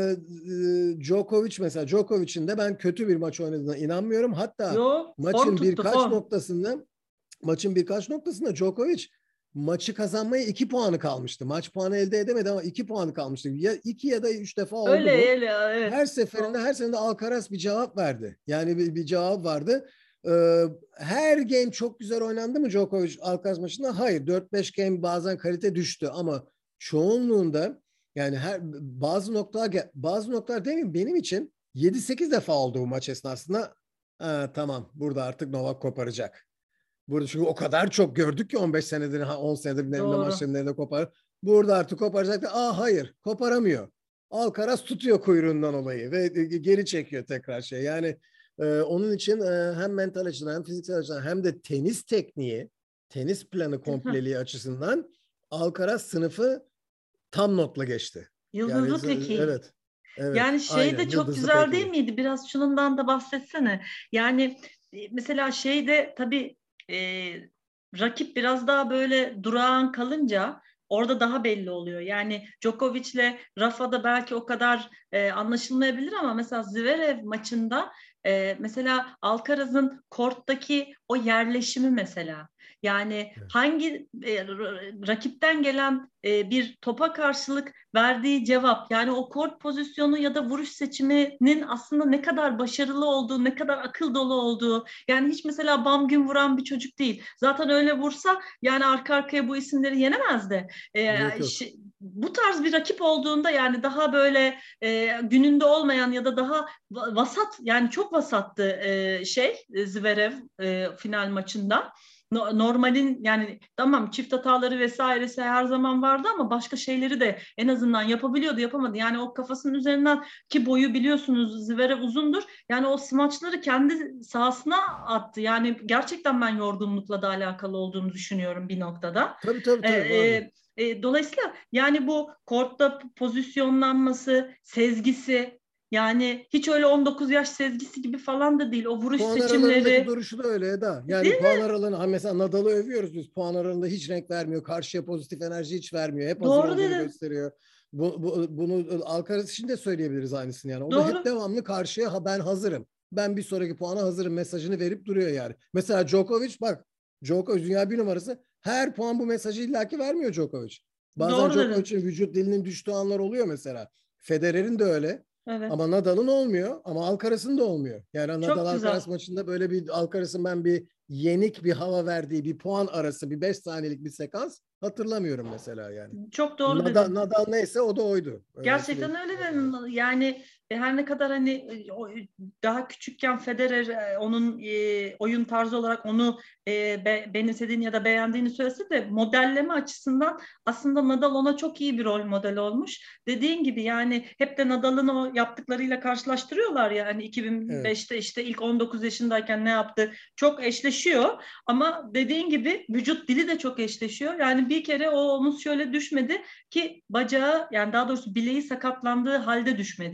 e, Djokovic mesela Djokovic'in de ben kötü bir maç oynadığına inanmıyorum. Hatta Yo, form maçın tuttu, birkaç form. noktasında maçın birkaç noktasında Djokovic maçı kazanmaya iki puanı kalmıştı. Maç puanı elde edemedi ama iki puanı kalmıştı. Ya iki ya da üç defa oldu Öyle bu. öyle, evet. Her seferinde her seferinde Alcaraz bir cevap verdi. Yani bir, bir cevap vardı. Ee, her game çok güzel oynandı mı Djokovic Alcaraz maçında? Hayır. dört beş game bazen kalite düştü ama çoğunluğunda yani her bazı noktalar bazı noktalar değil mi? Benim için yedi sekiz defa oldu bu maç esnasında. Ha, tamam. Burada artık Novak koparacak. Burada çünkü o kadar çok gördük ki on beş senedir, on senedir nerede Doğru. maçların nerede kopar. Burada artık koparacak da aa hayır koparamıyor. Alcaraz tutuyor kuyruğundan olayı ve geri çekiyor tekrar şey. Yani e, onun için e, hem mental açıdan hem fiziksel açıdan hem de tenis tekniği, tenis planı kompleliği açısından Alcaraz sınıfı tam notla geçti. Yani Yıldızlı peki. evet, evet, Yani şey aynen de çok yıldızlı güzel değil peki. miydi? Biraz şundan da bahsetsene. Yani e, mesela şeyde tabii e, rakip biraz daha böyle durağan kalınca orada daha belli oluyor. Yani Djokovic'le Rafa'da belki o kadar e, anlaşılmayabilir ama mesela Zverev maçında e, mesela Alcaraz'ın korttaki o yerleşimi mesela. Yani Evet. hangi e, rakipten gelen e, bir topa karşılık verdiği cevap yani o kort pozisyonu ya da vuruş seçiminin aslında ne kadar başarılı olduğu, ne kadar akıl dolu olduğu yani hiç mesela bam gün vuran bir çocuk değil. Zaten öyle vursa yani arka arkaya bu isimleri yenemezdi. Yok Ee, yok. şey, bu tarz bir rakip olduğunda yani daha böyle e, gününde olmayan ya da daha vasat yani çok vasattı e, şey Zverev e, final maçında. Normalin yani tamam çift hataları vesairesi her zaman vardı ama başka şeyleri de en azından yapabiliyordu yapamadı. Yani o kafasının üzerinden ki boyu biliyorsunuz Zverev uzundur. Yani o smaçları kendi sahasına attı. Yani gerçekten ben yorgunlukla da alakalı olduğunu düşünüyorum bir noktada. Tabii tabii Ee, tabii vardı. e, e, dolayısıyla yani bu kortta pozisyonlanması, sezgisi yani hiç öyle on dokuz yaş sezgisi gibi falan da değil. O vuruş Puan aralarındaki seçimleri duruşu da öyle Eda. değil Yani puan mi? aralığını mesela Nadal'ı övüyoruz biz. Puan aralığında hiç renk vermiyor. Karşıya pozitif enerji hiç vermiyor. Hep hazır Doğru olduğunu dedin. gösteriyor. Bu, bu, bunu Alcaraz için de söyleyebiliriz aynısını yani. O da hep Doğru. devamlı karşıya ha, ben hazırım. Ben bir sonraki puana hazırım mesajını verip duruyor yani. Mesela Djokovic bak Djokovic dünya bir numarası. Her puan bu mesajı illaki vermiyor Djokovic. Bazen Doğru dedin. Djokovic'in vücut dilinin düştüğü anlar oluyor mesela. Federer'in de öyle. Ama Evet. Nadal'ın olmuyor ama Alcaraz'ın da olmuyor. Yani Nadal Çok güzel. Alcaraz maçında böyle bir Alcaraz'ın ben bir yenik bir hava verdiği bir puan arası bir beş saniyelik bir sekans hatırlamıyorum mesela yani. Çok doğru Nadal, dedin. Nadal neyse o da oydu. Öyle Gerçekten sürekli. öyle de yani e, her ne kadar hani e, o, daha küçükken Federer e, onun e, oyun tarzı olarak onu e, be, benimsediğini ya da beğendiğini söylese de modelleme açısından aslında Nadal ona çok iyi bir rol model olmuş. Dediğin gibi yani hep de Nadal'ın o yaptıklarıyla karşılaştırıyorlar ya hani Evet. iki bin beşte işte ilk on dokuz yaşındayken ne yaptı çok eşleşiyor ama dediğin gibi vücut dili de çok eşleşiyor. Yani bir kere o omuz şöyle düşmedi ki bacağı yani daha doğrusu bileği sakatlandığı halde düşmedi.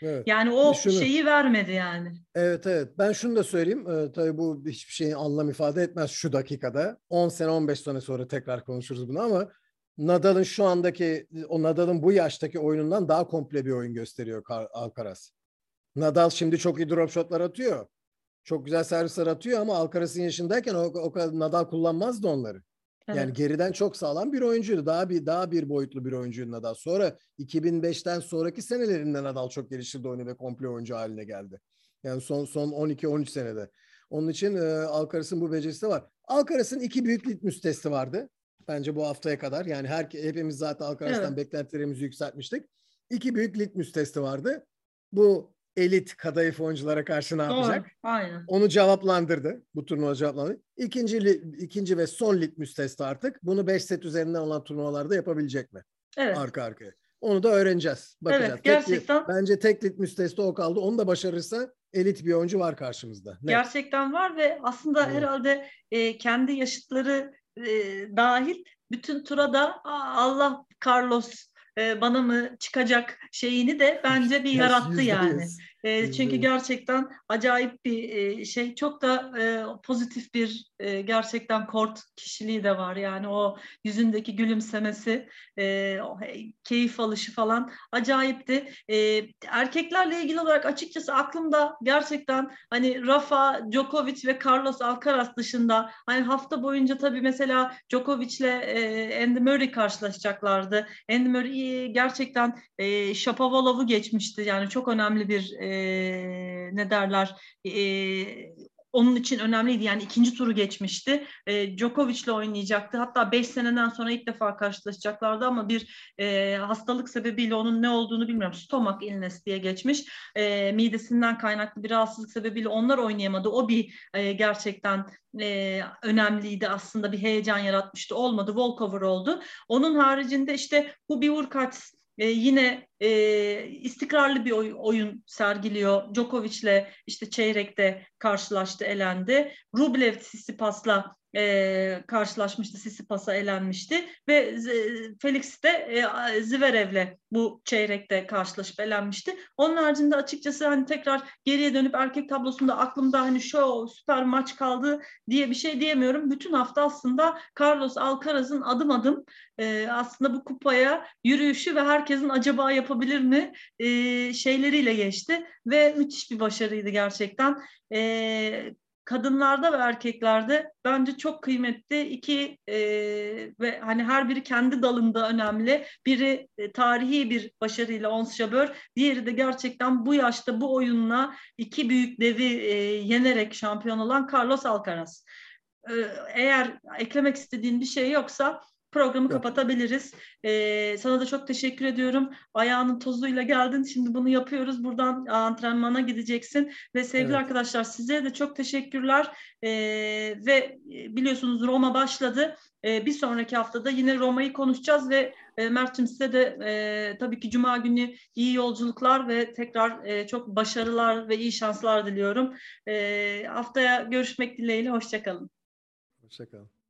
Evet. Yani Bir de o şunu, şeyi vermedi yani. evet evet ben şunu da söyleyeyim. Ee, tabii bu hiçbir şeyin anlam ifade etmez şu dakikada. on sene on beş sene sonra tekrar konuşuruz bunu ama Nadal'ın şu andaki o Nadal'ın bu yaştaki oyunundan daha komple bir oyun gösteriyor Kar- Alcaraz. Nadal şimdi çok iyi drop shotlar atıyor. Çok güzel servisler atıyor ama Alcaraz'ın yaşındayken o, o kadar Nadal kullanmazdı onları. Yani Evet. geriden çok sağlam bir oyuncuydu. Daha bir daha bir boyutlu bir oyuncuydu Nadal. Sonra iki bin beşten sonraki senelerinde Nadal çok geliştirdi oyunu ve komple oyuncu haline geldi. Yani son son on iki on üç senede. Onun için e, Alcaraz'ın bu becerisi de var. Alcaraz'ın iki büyük litmus testi vardı. Bence bu haftaya kadar. Yani her, hepimiz zaten Alcaraz'tan Evet. beklentilerimizi yükseltmiştik. İki büyük litmus testi vardı. Bu elit kadayıf oyunculara karşı ne Doğru. yapacak? Aynen. Onu cevaplandırdı. Bu turnuva cevaplandırdı. İkinci, ikinci ve son litmus testi artık. Bunu beş set üzerinden olan turnuvalarda yapabilecek mi? Evet. Arka arkaya. Onu da öğreneceğiz. Bakacağız. Evet. Tek bir, Gerçekten bence tek litmus testi o kaldı. Onu da başarırsa elit bir oyuncu var karşımızda. Net. gerçekten var ve aslında Evet. herhalde e, kendi yaşıtları e, dahil bütün tura da "Aa, Allah Carlos e, bana mı çıkacak" şeyini de bence bir Yes, yarattı yüzde yani. yüz. E, Yüzde çünkü yüz. gerçekten acayip bir e, şey. Çok da e, pozitif bir e, gerçekten kort kişiliği de var. Yani o yüzündeki gülümsemesi, e, o he- keyif alışı falan acayipti. E, erkeklerle ilgili olarak açıkçası aklımda gerçekten hani Rafa, Djokovic ve Carlos Alcaraz dışında hani hafta boyunca tabii mesela Djokovic'le e, Andy Murray karşılaşacaklardı. Andy Murray gerçekten e, Shapovalov'u geçmişti. Yani çok önemli bir e, ne derler e, onun için önemliydi. Yani ikinci turu geçmişti. E, Djokovic'le oynayacaktı. Hatta beş seneden sonra ilk defa karşılaşacaklardı ama bir e, hastalık sebebiyle onun ne olduğunu bilmiyorum. Stomach illness diye geçmiş. E, midesinden kaynaklı bir rahatsızlık sebebiyle onlar oynayamadı. O bir e, gerçekten e, önemliydi aslında, bir heyecan yaratmıştı. Olmadı, walkover oldu. Onun haricinde işte Hubi Hurkacz e, yine e, istikrarlı bir oy, oyun sergiliyor. Djokovic'le işte çeyrekte karşılaştı, elendi. Rublev Tsitsipas'la e, karşılaşmıştı, Tsitsipas'a elenmişti ve Felix de e, Zverev'le bu çeyrekte karşılaşıp elenmişti. Onun haricinde açıkçası hani tekrar geriye dönüp erkek tablosunda aklımda hani şu süper maç kaldı diye bir şey diyemiyorum. Bütün hafta aslında Carlos Alcaraz'ın adım adım e, aslında bu kupaya yürüyüşü ve herkesin acaba yapabilir mi e, şeyleriyle geçti ve müthiş bir başarıydı gerçekten. E, kadınlarda ve erkeklerde bence çok kıymetli iki e, ve hani her biri kendi dalında önemli. Biri e, tarihi bir başarıyla Ons Jabeur, diğeri de gerçekten bu yaşta bu oyunla iki büyük devi e, yenerek şampiyon olan Carlos Alcaraz. E, eğer eklemek istediğin bir şey yoksa programı Yok. kapatabiliriz. Ee, sana da çok teşekkür ediyorum. Ayağının tozuyla geldin. Şimdi bunu yapıyoruz. Buradan antrenmana gideceksin. Ve sevgili Evet. arkadaşlar, sizlere de çok teşekkürler. Ee, ve biliyorsunuz Roma başladı. Ee, bir sonraki haftada yine Roma'yı konuşacağız ve e, Mert'cim size de e, tabii ki Cuma günü iyi yolculuklar ve tekrar e, çok başarılar ve iyi şanslar diliyorum. E, haftaya görüşmek dileğiyle. Hoşça kalın. Hoşça kal.